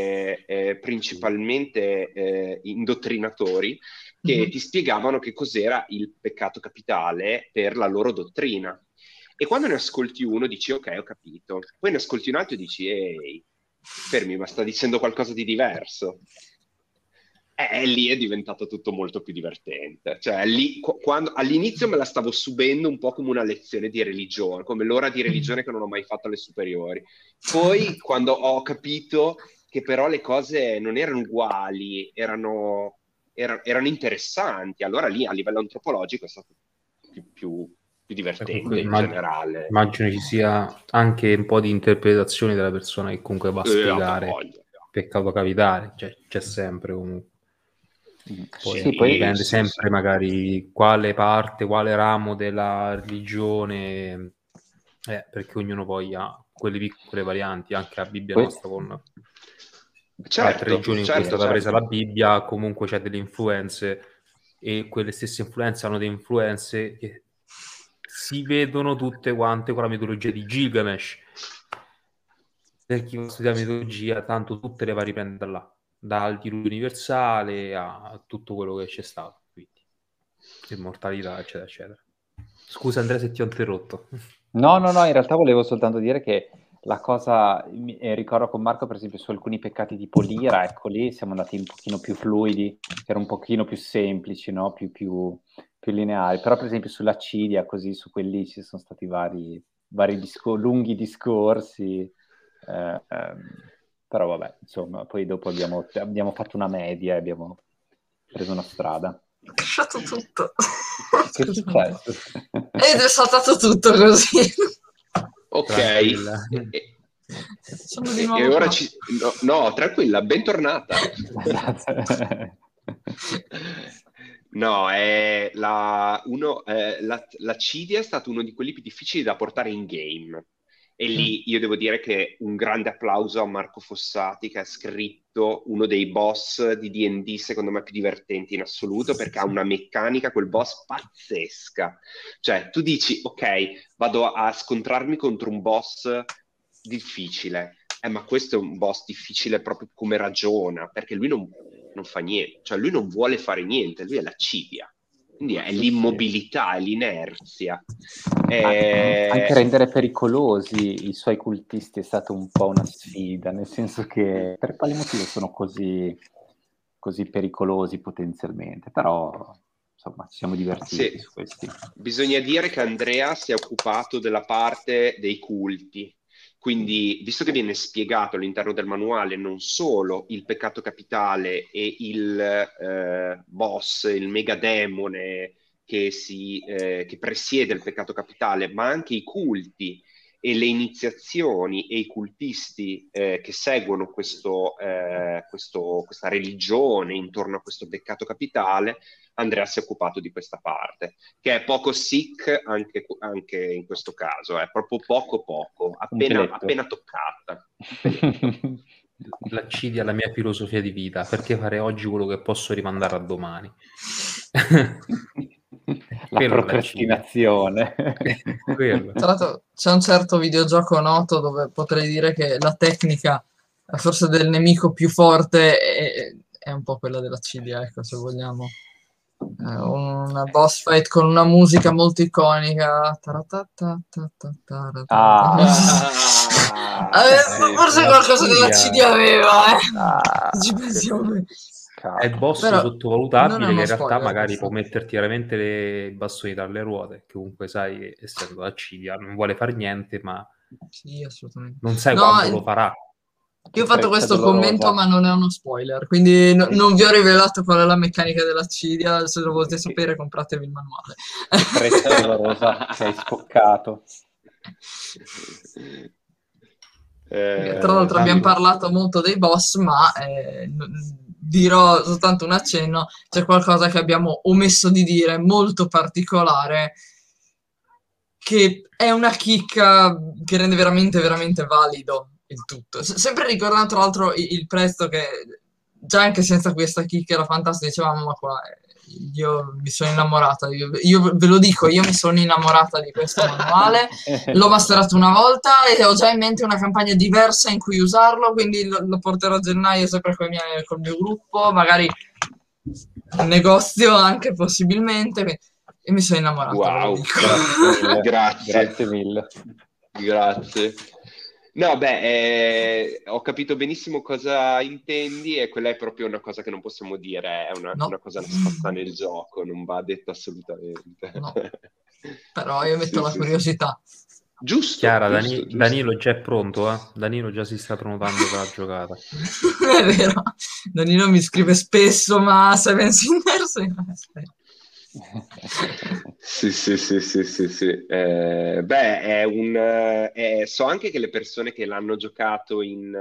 principalmente indottrinatori, che ti spiegavano che cos'era il peccato capitale per la loro dottrina. E quando ne ascolti uno dici ok, ho capito. Poi ne ascolti un altro e dici ehi, fermi, ma sta dicendo qualcosa di diverso. E lì è diventato tutto molto più divertente. Cioè, lì, quando, all'inizio me la stavo subendo un po' come una lezione di religione, come l'ora di religione che non ho mai fatto alle superiori. Poi, quando ho capito che però le cose non erano uguali, erano interessanti, allora lì a livello antropologico è stato più divertente in generale. Immagino ci sia anche un po' di interpretazione della persona che comunque va a spiegare peccato capitale, cioè c'è sempre comunque. Poi Sì, poi dipende sempre magari quale parte, quale ramo della religione, perché ognuno poi ha quelle piccole varianti, anche la Bibbia nostra con altre religioni in cui è stata presa la Bibbia, comunque c'è delle influenze e quelle stesse influenze hanno delle influenze che si vedono tutte quante con la mitologia di Gilgamesh. Per chi studia mitologia, tanto tutte le va a riprendere là, dal diluvio universale a tutto quello che c'è stato, quindi immortalità, eccetera, eccetera. Scusa Andrea se ti ho interrotto. No, in realtà volevo soltanto dire che la cosa, ricordo con Marco per esempio su alcuni peccati tipo l'ira, ecco lì siamo andati un pochino più fluidi, che era un pochino più semplici, no? più lineari, però per esempio sulla Cidia, così su quelli ci sono stati vari lunghi discorsi, però vabbè, insomma, poi dopo abbiamo fatto una media e abbiamo preso una strada. Ho lasciato tutto. Che è successo? Ed è saltato tutto così. Ok. Sono di nuovo e ora qua. no, tranquilla, bentornata. No, la Cidia è stato uno di quelli più difficili da portare in game. E lì io devo dire che un grande applauso a Marco Fossati, che ha scritto uno dei boss di D&D secondo me più divertenti in assoluto, perché ha una meccanica, quel boss, pazzesca. Cioè, tu dici, ok, vado a scontrarmi contro un boss difficile, ma questo è un boss difficile proprio come ragiona, perché lui non fa niente, cioè lui non vuole fare niente, lui è la Cidia. Quindi è l'immobilità, è l'inerzia. Anche rendere pericolosi i suoi cultisti è stata un po' una sfida, nel senso che per quale motivo sono così pericolosi potenzialmente, però insomma ci siamo divertiti su questi. Bisogna dire che Andrea si è occupato della parte dei culti. Quindi, visto che viene spiegato all'interno del manuale non solo il peccato capitale e il boss, il megademone che presiede il peccato capitale, ma anche i culti e le iniziazioni e i cultisti che seguono questa religione intorno a questo peccato capitale, Andrea si è occupato di questa parte, che è poco sick anche in questo caso, è proprio poco, appena toccata. La Cidia è la mia filosofia di vita, perché fare oggi quello che posso rimandare a domani. La procrastinazione. Tra l'altro c'è un certo videogioco noto dove potrei dire che la tecnica forse del nemico più forte è un po' quella della Cidia, ecco, se vogliamo. Una boss fight con una musica molto iconica. Forse qualcosa della Cidia aveva, ci pensiamo. È il boss però sottovalutabile che in realtà spoiler, magari può metterti veramente le bastoni tra le ruote, che comunque sai che essendo la Cidia non vuole fare niente, ma sì, assolutamente. non sai quando lo farà. Io ho fatto freccia questo commento, dolorosa. ma non è uno spoiler, quindi non vi ho rivelato qual è la meccanica della cidia. Se lo volete sapere, compratevi il manuale. Che freccia dolorosa che hai spoccato. Tra l'altro abbiamo Sì. parlato molto dei boss, ma dirò soltanto un accenno. C'è qualcosa che abbiamo omesso di dire, molto particolare, che è una chicca che rende veramente, veramente valido il tutto. Sempre ricordando tra l'altro il prezzo, che già anche senza questa chicca era fantastico, dicevamo, ma qua io mi sono innamorata, io ve lo dico, io mi sono innamorata di questo manuale, l'ho masterato una volta e ho già in mente una campagna diversa in cui usarlo, quindi lo porterò a gennaio sempre col mio gruppo, magari in negozio anche possibilmente, e mi sono innamorato, ve lo Wow, dico. grazie. Grazie mille. Grazie. No, ho capito benissimo cosa intendi e quella è proprio una cosa che non possiamo dire, è una No. cosa nascosta nel gioco, non va detto assolutamente. No. Però io metto Sì, la sì, curiosità. Giusto, Chiara, giusto. Danilo già è pronto, eh? Danilo già si sta prenotando per la giocata. È vero. Danilo mi scrive spesso, ma Seven Sinners... Sì. So anche che le persone che l'hanno giocato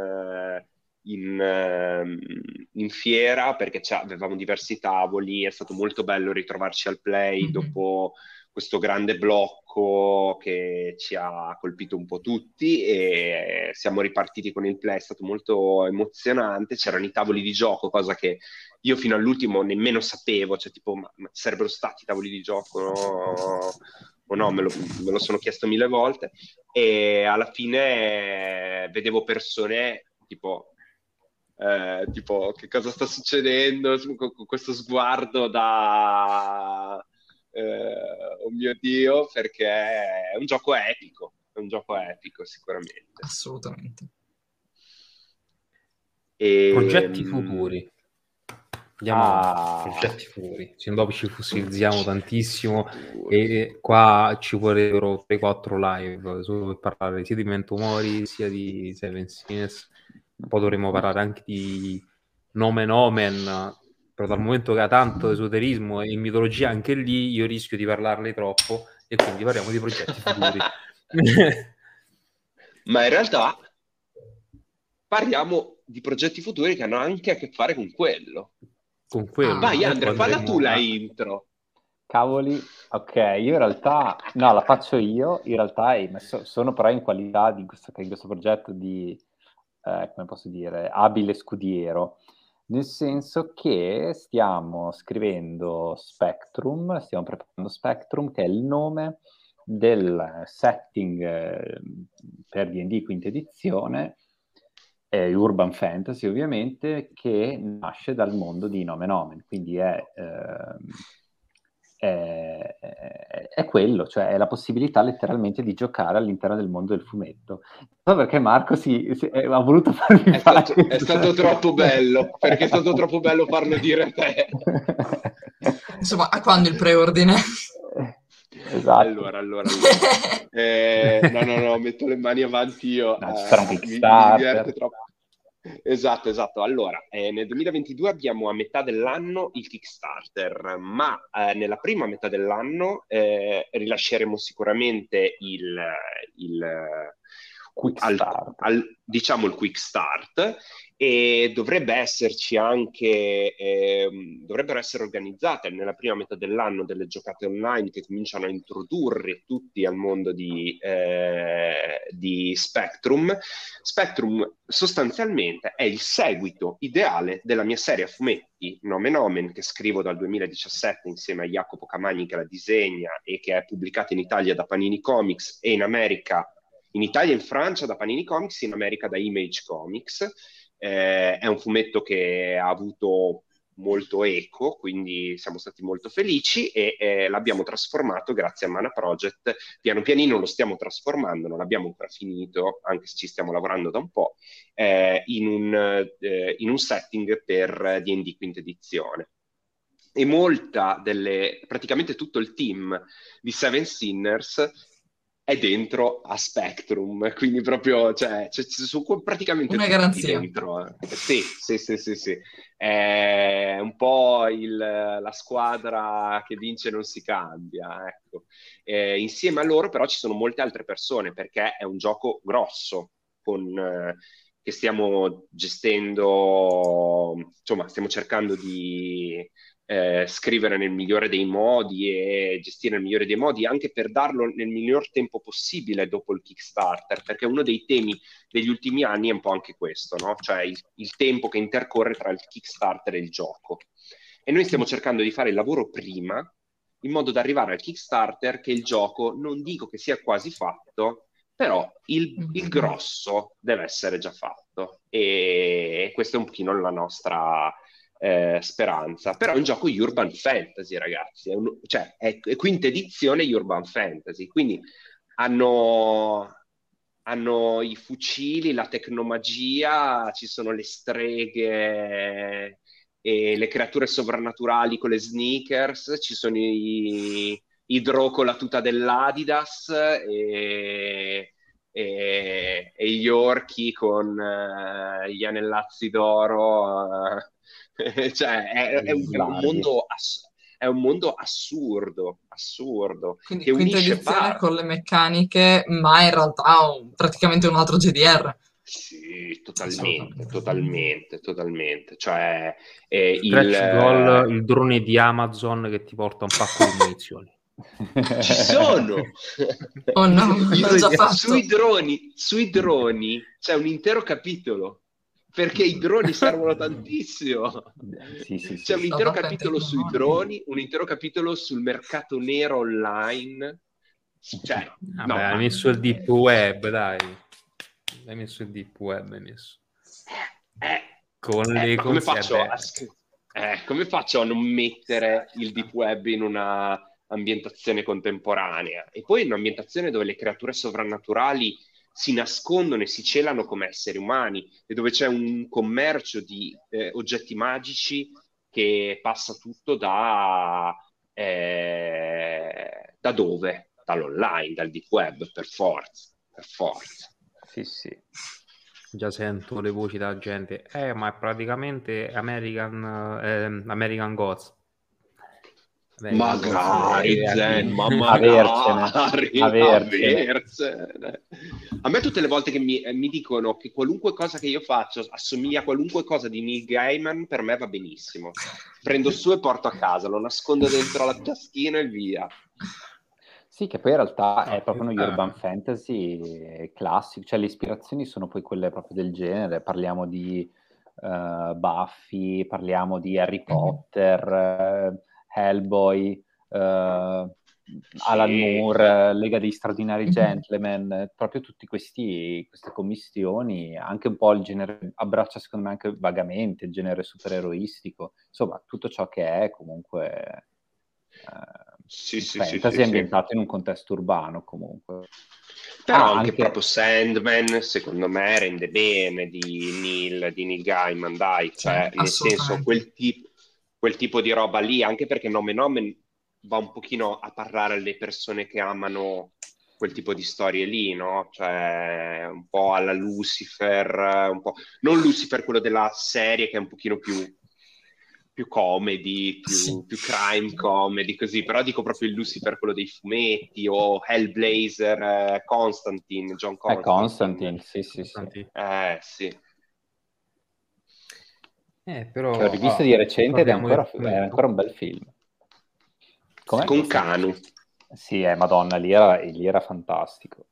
in fiera, perché avevamo diversi tavoli, è stato molto bello ritrovarci al play dopo questo grande blocco che ci ha colpito un po' tutti e siamo ripartiti con il play, è stato molto emozionante, c'erano i tavoli di gioco, cosa che io fino all'ultimo nemmeno sapevo, cioè tipo, ma sarebbero stati tavoli di gioco, no? O no, me lo sono chiesto 1000 volte e alla fine vedevo persone tipo che cosa sta succedendo, con questo sguardo da oh mio Dio, perché è un gioco epico sicuramente. Assolutamente. Progetti futuri. Andiamo avanti. Progetti futuri. Se dopo ci fossilizziamo tantissimo e qua ci vorrebbero 3-4 live solo per parlare sia di Memento Mori sia di Seven Sinners. Poi dovremmo parlare anche di Nomen Omen, però dal momento che ha tanto esoterismo e mitologia anche lì, io rischio di parlarne troppo e quindi parliamo di progetti futuri. Ma in realtà parliamo di progetti futuri che hanno anche a che fare con quello. Con quello. Vai Andre, falla tu la intro. Cavoli, ok, io in realtà, no, la faccio io, in realtà sono però in qualità in questo progetto di, come posso dire, abile scudiero, nel senso che stiamo scrivendo Spectrum, stiamo preparando Spectrum, che è il nome del setting per D&D quinta edizione, Urban Fantasy ovviamente, che nasce dal mondo di Nomen Omen, quindi è quello, cioè è la possibilità letteralmente di giocare all'interno del mondo del fumetto. Non so perché Marco ha voluto farmi fare... È stato troppo bello, perché è stato troppo bello farlo dire a te. Insomma, a quando il preordine? Esatto. Allora. No, metto le mani avanti io. No, ci sarà un Mi Kickstarter. diverte troppo. Esatto. Allora, nel 2022 abbiamo a metà dell'anno il Kickstarter, ma nella prima metà dell'anno rilasceremo sicuramente il Quick Start. diciamo il Quick Start, e dovrebbe esserci anche dovrebbero essere organizzate nella prima metà dell'anno delle giocate online che cominciano a introdurre tutti al mondo di Spectrum. Spectrum sostanzialmente è il seguito ideale della mia serie a fumetti Nomen Omen, che scrivo dal 2017 insieme a Jacopo Camagni, che la disegna e che è pubblicata in Italia da Panini Comics e in America, in Italia e in Francia da Panini Comics, in America da Image Comics. È un fumetto che ha avuto molto eco, quindi siamo stati molto felici e l'abbium trasformato grazie a Mana Project. Piano pianino lo stiamo trasformando, non l'abbiamo ancora finito, anche se ci stiamo lavorando da un po', in un setting per D&D quinta edizione. E praticamente tutto il team di Seven Sinners è dentro a Spectrum, quindi proprio, cioè, ci sono praticamente Una tutti garanzia. dentro. Sì, sì, sì, sì, sì. È un po' la squadra che vince non si cambia, ecco. Insieme a loro però ci sono molte altre persone, perché è un gioco grosso, che stiamo gestendo, insomma, stiamo cercando di scrivere nel migliore dei modi e gestire nel migliore dei modi, anche per darlo nel miglior tempo possibile dopo il Kickstarter, perché uno dei temi degli ultimi anni è un po' anche questo, no? Cioè il tempo che intercorre tra il Kickstarter e il gioco. E noi stiamo cercando di fare il lavoro prima, in modo da arrivare al Kickstarter che il gioco, non dico che sia quasi fatto, però il grosso deve essere già fatto. E questa è un pochino la nostra speranza. Però è un gioco urban fantasy, ragazzi. Cioè, è quinta edizione urban fantasy. Quindi hanno i fucili, la tecnomagia, ci sono le streghe e le creature sovrannaturali con le sneakers, ci sono i Drow con la tuta dell'Adidas e gli orchi con gli anellazzi d'oro. Cioè, Larghi. è un mondo assurdo, assurdo, Quindi che quinta unisce edizione con le meccaniche, ma in realtà praticamente un altro GDR. Sì, totalmente, Assolutamente. totalmente, totalmente. Cioè, Stretch goal, il drone di Amazon che ti porta un pacco di munizioni. ci sono! Oh no, l'ho già fatto. Sui droni c'è un intero capitolo, perché i droni servono tantissimo. Sì, sì, C'è sì. un intero Data capitolo sui tecnologica. droni, un intero capitolo sul mercato nero online. Cioè, Vabbè, no, hai ma messo il deep web, dai. Hai messo il deep web, hai messo. Con le ma come faccio a non mettere il deep web in una ambientazione contemporanea? E poi in un'ambientazione dove le creature sovrannaturali si nascondono e si celano come esseri umani e dove c'è un commercio di oggetti magici che passa tutto da dove? Dall'online, dal deep web, per forza, per forza. Sì, sì. Già sento le voci della gente. Ma è praticamente American Gods. American Gods Magari, è Zen, ma Avercene. avercene. A me tutte le volte che mi dicono che qualunque cosa che io faccio assomiglia a qualunque cosa di Neil Gaiman, per me va benissimo. Prendo su e porto a casa, lo nascondo dentro la taschina e via. Sì, che poi in realtà No, è proprio uno urban fantasy classico, cioè le ispirazioni sono poi quelle proprio del genere, parliamo di Buffy, parliamo di Harry Potter, Hellboy, Alan Sì, Moore, Lega dei Straordinari Gentlemen, proprio tutte queste commistioni, anche un po' il genere, abbraccia secondo me anche vagamente il genere supereroistico, insomma tutto ciò che è comunque sì, un sì, sì, sì, fantasy sì. ambientato in un contesto urbano comunque. Però anche Anche proprio Sandman, secondo me, rende bene di Neil Gaiman, dai, Sì, cioè, nel senso, assolutamente. quel tipo di roba lì, anche perché Nome Nome va un pochino a parlare alle persone che amano quel tipo di storie lì, no? Cioè, un po' alla Lucifer, un po'... non Lucifer, quello della serie, che è un pochino più comedy, Sì. più crime comedy, così, però dico proprio il Lucifer, quello dei fumetti, o Hellblazer, Constantine, John Constantine. Constantine, sì, sì, sì. Sì. Che ho Però rivisto di recente ed è parliamo del è ancora fumetto. un bel film. Com'è? Con Canu. Sì, Madonna, lì era fantastico.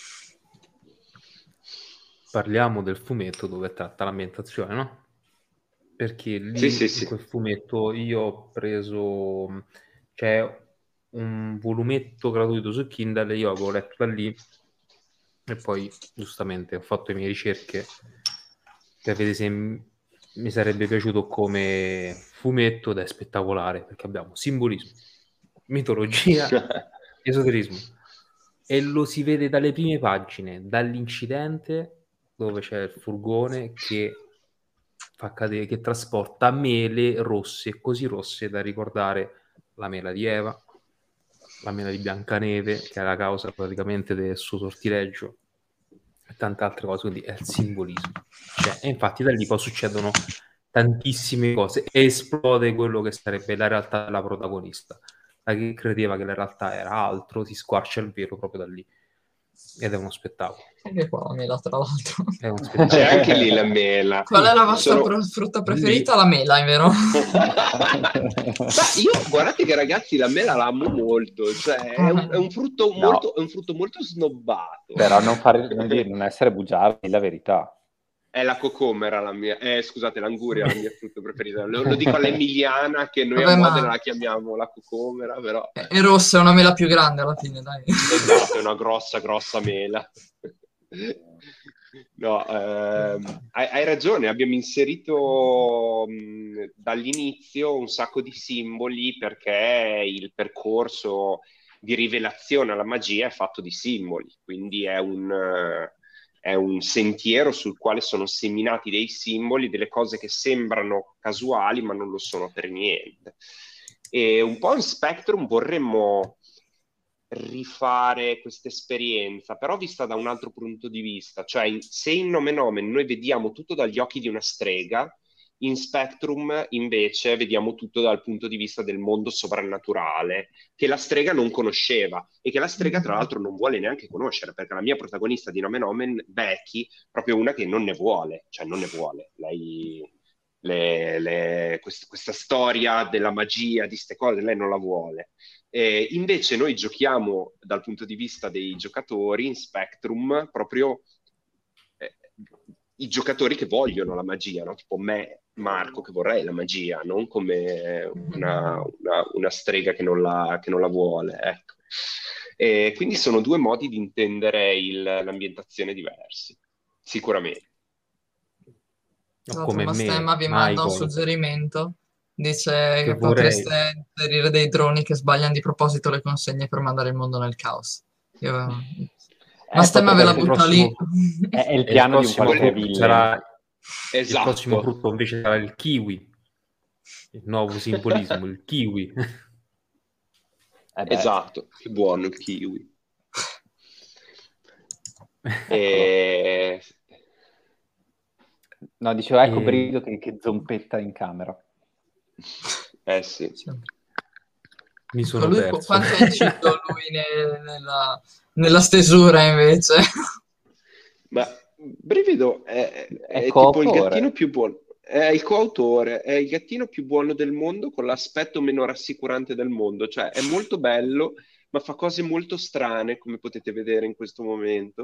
Parliamo del fumetto dove tratta l'ambientazione, no? Perché Sì, lì sì, in sì. quel fumetto io ho preso, c'è un volumetto gratuito su Kindle, io avevo letto da lì e poi giustamente ho fatto le mie ricerche per vedere se mi sarebbe piaciuto come fumetto ed è spettacolare perché abbiamo simbolismo, mitologia, esoterismo e lo si vede dalle prime pagine, dall'incidente dove c'è il furgone che fa cadere, che trasporta mele rosse, così rosse da ricordare la mela di Eva, la mela di Biancaneve, che è la causa praticamente del suo sortileggio, e tante altre cose, quindi è il simbolismo. Cioè, e infatti da lì poi succedono tantissime cose, e esplode quello che sarebbe la realtà della protagonista. Da chi credeva che la realtà era altro, si squarcia il velo proprio da lì. Ed è uno spettacolo. Anche qua la mela, tra l'altro. È uno C'è spettacolo. anche lì la mela. Qual è la vostra Sono- frutta preferita? La mela, è vero? Beh, io guardate che ragazzi la mela la amo molto, cioè è un frutto No. molto, è un frutto molto snobbato. Però non essere bugiardi, la verità. È la cocomera la mia, scusate, l'anguria è la mia frutta preferita. Lo dico all'emiliana che noi Vabbè, a ma- Modena la chiamiamo la cocomera, però È rossa, è una mela più grande alla fine, dai. esatto, è una grossa mela. No, hai ragione, abbiamo inserito dall'inizio un sacco di simboli perché il percorso di rivelazione alla magia è fatto di simboli, quindi è un sentiero sul quale sono seminati dei simboli, delle cose che sembrano casuali ma non lo sono per niente. E un po' in Spectrum vorremmo rifare questa esperienza, però vista da un altro punto di vista, cioè se in Nomen Omen noi vediamo tutto dagli occhi di una strega, in Spectrum invece vediamo tutto dal punto di vista del mondo sovrannaturale, che la strega non conosceva e che la strega tra l'altro non vuole neanche conoscere, perché la mia protagonista di Nomen Omen, Becky, proprio una che non ne vuole, cioè non ne vuole, lei questa storia della magia, di queste cose, lei non la vuole. Invece noi giochiamo dal punto di vista dei giocatori in Spectrum proprio i giocatori che vogliono la magia, no? Tipo me, Marco, che vorrei la magia, non come una strega che non la vuole, ecco. E quindi sono due modi di intendere l'ambientazione diversi, sicuramente. Tra l'altro, Come me, Mastemma vi manda un Michael, suggerimento. Dice che vorrei. potreste inserire dei droni che sbagliano di proposito le consegne per mandare il mondo nel caos. Mastemma ve la potrebbe butta lì. È il E piano di un prossimo qualche frutto villain. il prossimo Esatto, frutto invece sarà il kiwi, il nuovo simbolismo, il kiwi. esatto, che buono il kiwi. No, dicevo, ecco E- Brivido che zompetta in camera. Sì. Mi sono Lui, perso. quanto è inciso lui nella stesura invece? Ma Brivido è tipo il coautore. gattino più buono, è il coautore, è il gattino più buono del mondo con l'aspetto meno rassicurante del mondo, cioè è molto bello, ma fa cose molto strane, come potete vedere in questo momento.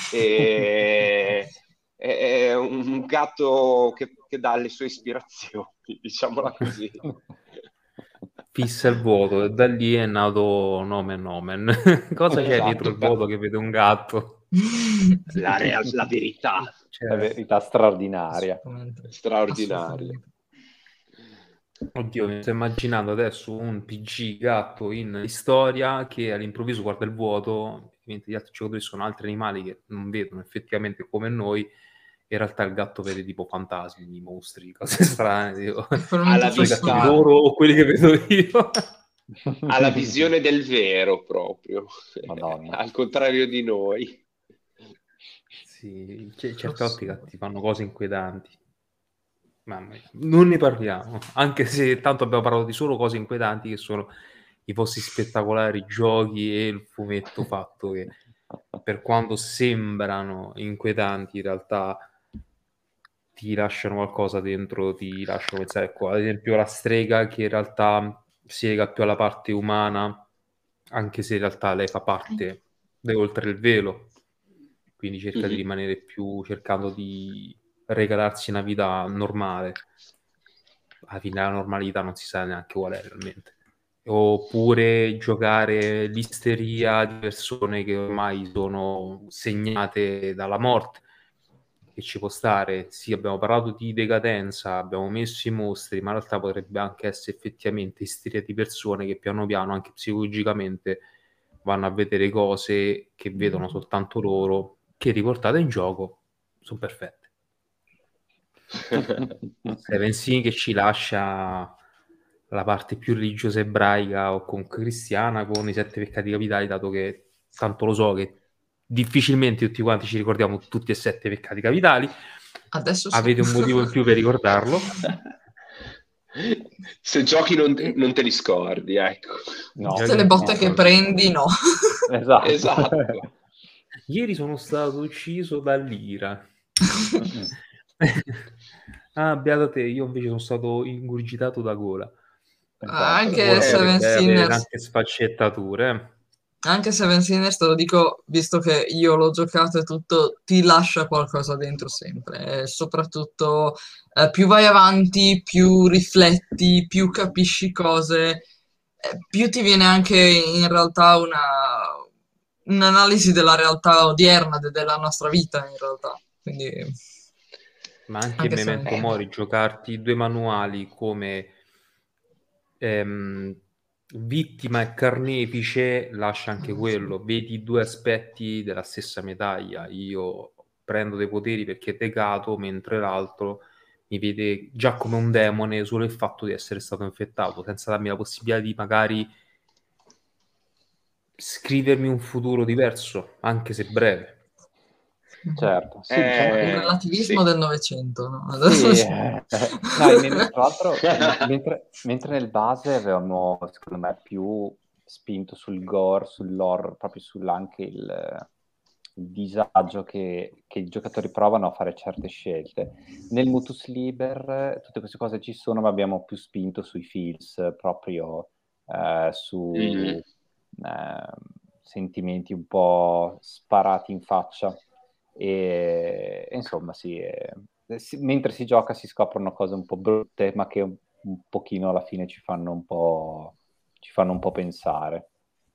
È un gatto che dà le sue ispirazioni, diciamola così. Fissa il vuoto e da lì è nato Nomen Omen. Cosa c'è Esatto, dietro il vuoto che vede un gatto? La verità Cioè, La verità straordinaria. straordinaria. oddio, mi sto immaginando adesso un PG gatto in storia che all'improvviso guarda il vuoto, mentre gli altri giocatori sono altri animali che non vedono effettivamente come noi. In realtà il gatto vede tipo fantasmi, mostri, cose strane. Tipo. Alla I gatti vista, loro o quelli che vedo io. ha la visione del vero proprio, Madonna. al contrario di noi. Sì, certe volte ti fanno cose inquietanti. Mamma mia. Non ne parliamo, anche se tanto abbiamo parlato di solo cose inquietanti che sono i posti spettacolari, giochi e il fumetto fatto che per quanto sembrano inquietanti in realtà ti lasciano qualcosa dentro, ti lasciano pensare, ecco, ad esempio la strega che in realtà si lega più alla parte umana, anche se in realtà lei fa parte oltre il velo, quindi cerca di rimanere più, cercando di regalarsi una vita normale. Alla fine la normalità non si sa neanche qual è realmente. Oppure giocare l'isteria di persone che ormai sono segnate dalla morte, che ci può stare. Sì, abbiamo parlato di decadenza, abbiamo messo i mostri, ma in realtà potrebbe anche essere effettivamente isteria di persone che piano piano, anche psicologicamente, vanno a vedere cose che vedono soltanto loro, che riportate in gioco sono perfette. Seven Sin che ci lascia la parte più religiosa ebraica o comunque cristiana con i 7 peccati capitali, dato che tanto lo so che difficilmente tutti quanti ci ricordiamo tutti e 7 peccati capitali. Adesso sì. Avete un motivo in più per ricordarlo. Se giochi non te li scordi, ecco. No. Tutte le botte che prendi, no. Esatto. Esatto. Ieri sono stato ucciso dall'ira. Ah, beata te, io invece sono stato ingurgitato da gola. Anche Ora Seven potrebbe avere Sinners. anche sfaccettature. Anche Seven Sinners, te lo dico, visto che io l'ho giocato e tutto, ti lascia qualcosa dentro sempre. E soprattutto, più vai avanti, più rifletti, più capisci cose, più ti viene anche in realtà un'analisi della realtà odierna, della nostra vita, in realtà. Quindi, Ma anche anche Seven Memento Sinners. Mori, giocarti 2 manuali come vittima e carnefice lascia anche quello. Vedi 2 aspetti della stessa medaglia. Io prendo dei poteri perché è decato, mentre l'altro mi vede già come un demone solo il fatto di essere stato infettato, senza darmi la possibilità di magari scrivermi un futuro diverso, anche se breve. Certo, sì, diciamo Un che relativismo sì. del Novecento, no? sì, no, tra l'altro, mentre nel base avevamo, secondo me, più spinto sul gore, sull'horror, proprio anche il disagio che i giocatori provano a fare certe scelte. Nel Mutus Liber tutte queste cose ci sono, ma abbiamo più spinto sui feels, proprio su sentimenti un po' sparati in faccia. E insomma, sì, mentre si gioca si scoprono cose un po' brutte, ma che un pochino alla fine ci fanno un po' pensare.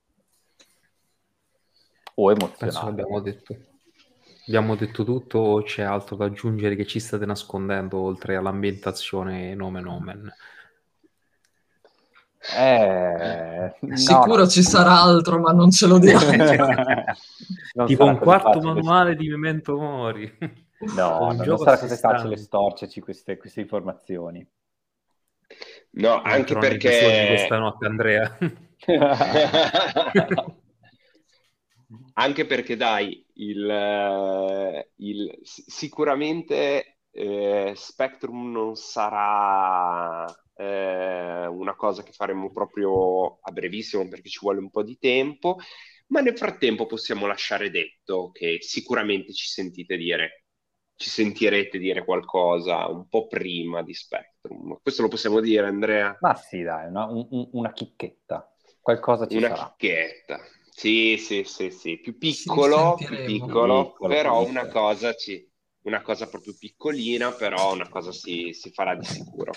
O Penso che emozionare. abbiamo detto tutto, o c'è altro da aggiungere che ci state nascondendo oltre all'ambientazione Nomen Omen? Sicuro no. ci sarà altro, ma non ce lo dirai. Non Tipo sarà un così quarto facile. manuale di Memento Mori. No, Un non gioco sarà a sé così facile stante. storcerci queste informazioni. No, anche Entrerò nei tuoi sogni questa perché notte, Andrea. anche perché dai, sicuramente Spectrum non sarà una cosa che faremo proprio a brevissimo perché ci vuole un po' di tempo, ma nel frattempo possiamo lasciare detto che sicuramente ci sentirete dire qualcosa un po' prima di Spectrum. Questo lo possiamo dire, Andrea? Ma sì, dai, una chicchetta. Qualcosa ci Una sarà. chicchetta. Sì, più Ci piccolo, sentiremo. però Piccolo. una cosa proprio piccolina, però una cosa si farà di sicuro.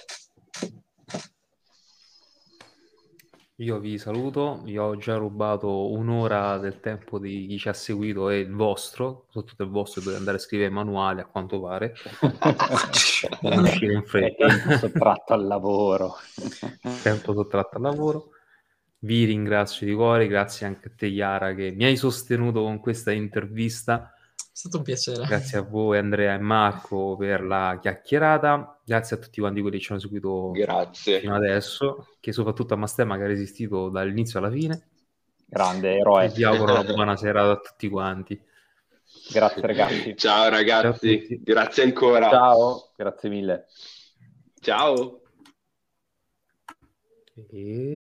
Io vi saluto, vi ho già rubato un'ora del tempo di chi ci ha seguito e il vostro, soprattutto il vostro, dovete andare a scrivere manuali a quanto pare, per uscire in fretta. È tempo sottratto al lavoro. Tempo sottratto al lavoro. Vi ringrazio di cuore, grazie anche a te Chiara che mi hai sostenuto con questa intervista. È stato un piacere. Grazie a voi Andrea e Marco per la chiacchierata, grazie a tutti quanti quelli che ci hanno seguito Grazie. fino adesso, che soprattutto a Mastema che ha resistito dall'inizio alla fine. Grande eroe. E vi auguro una buona serata a tutti quanti. Grazie ragazzi. Ciao ragazzi, Ciao a tutti. grazie ancora. Ciao, grazie mille. Ciao.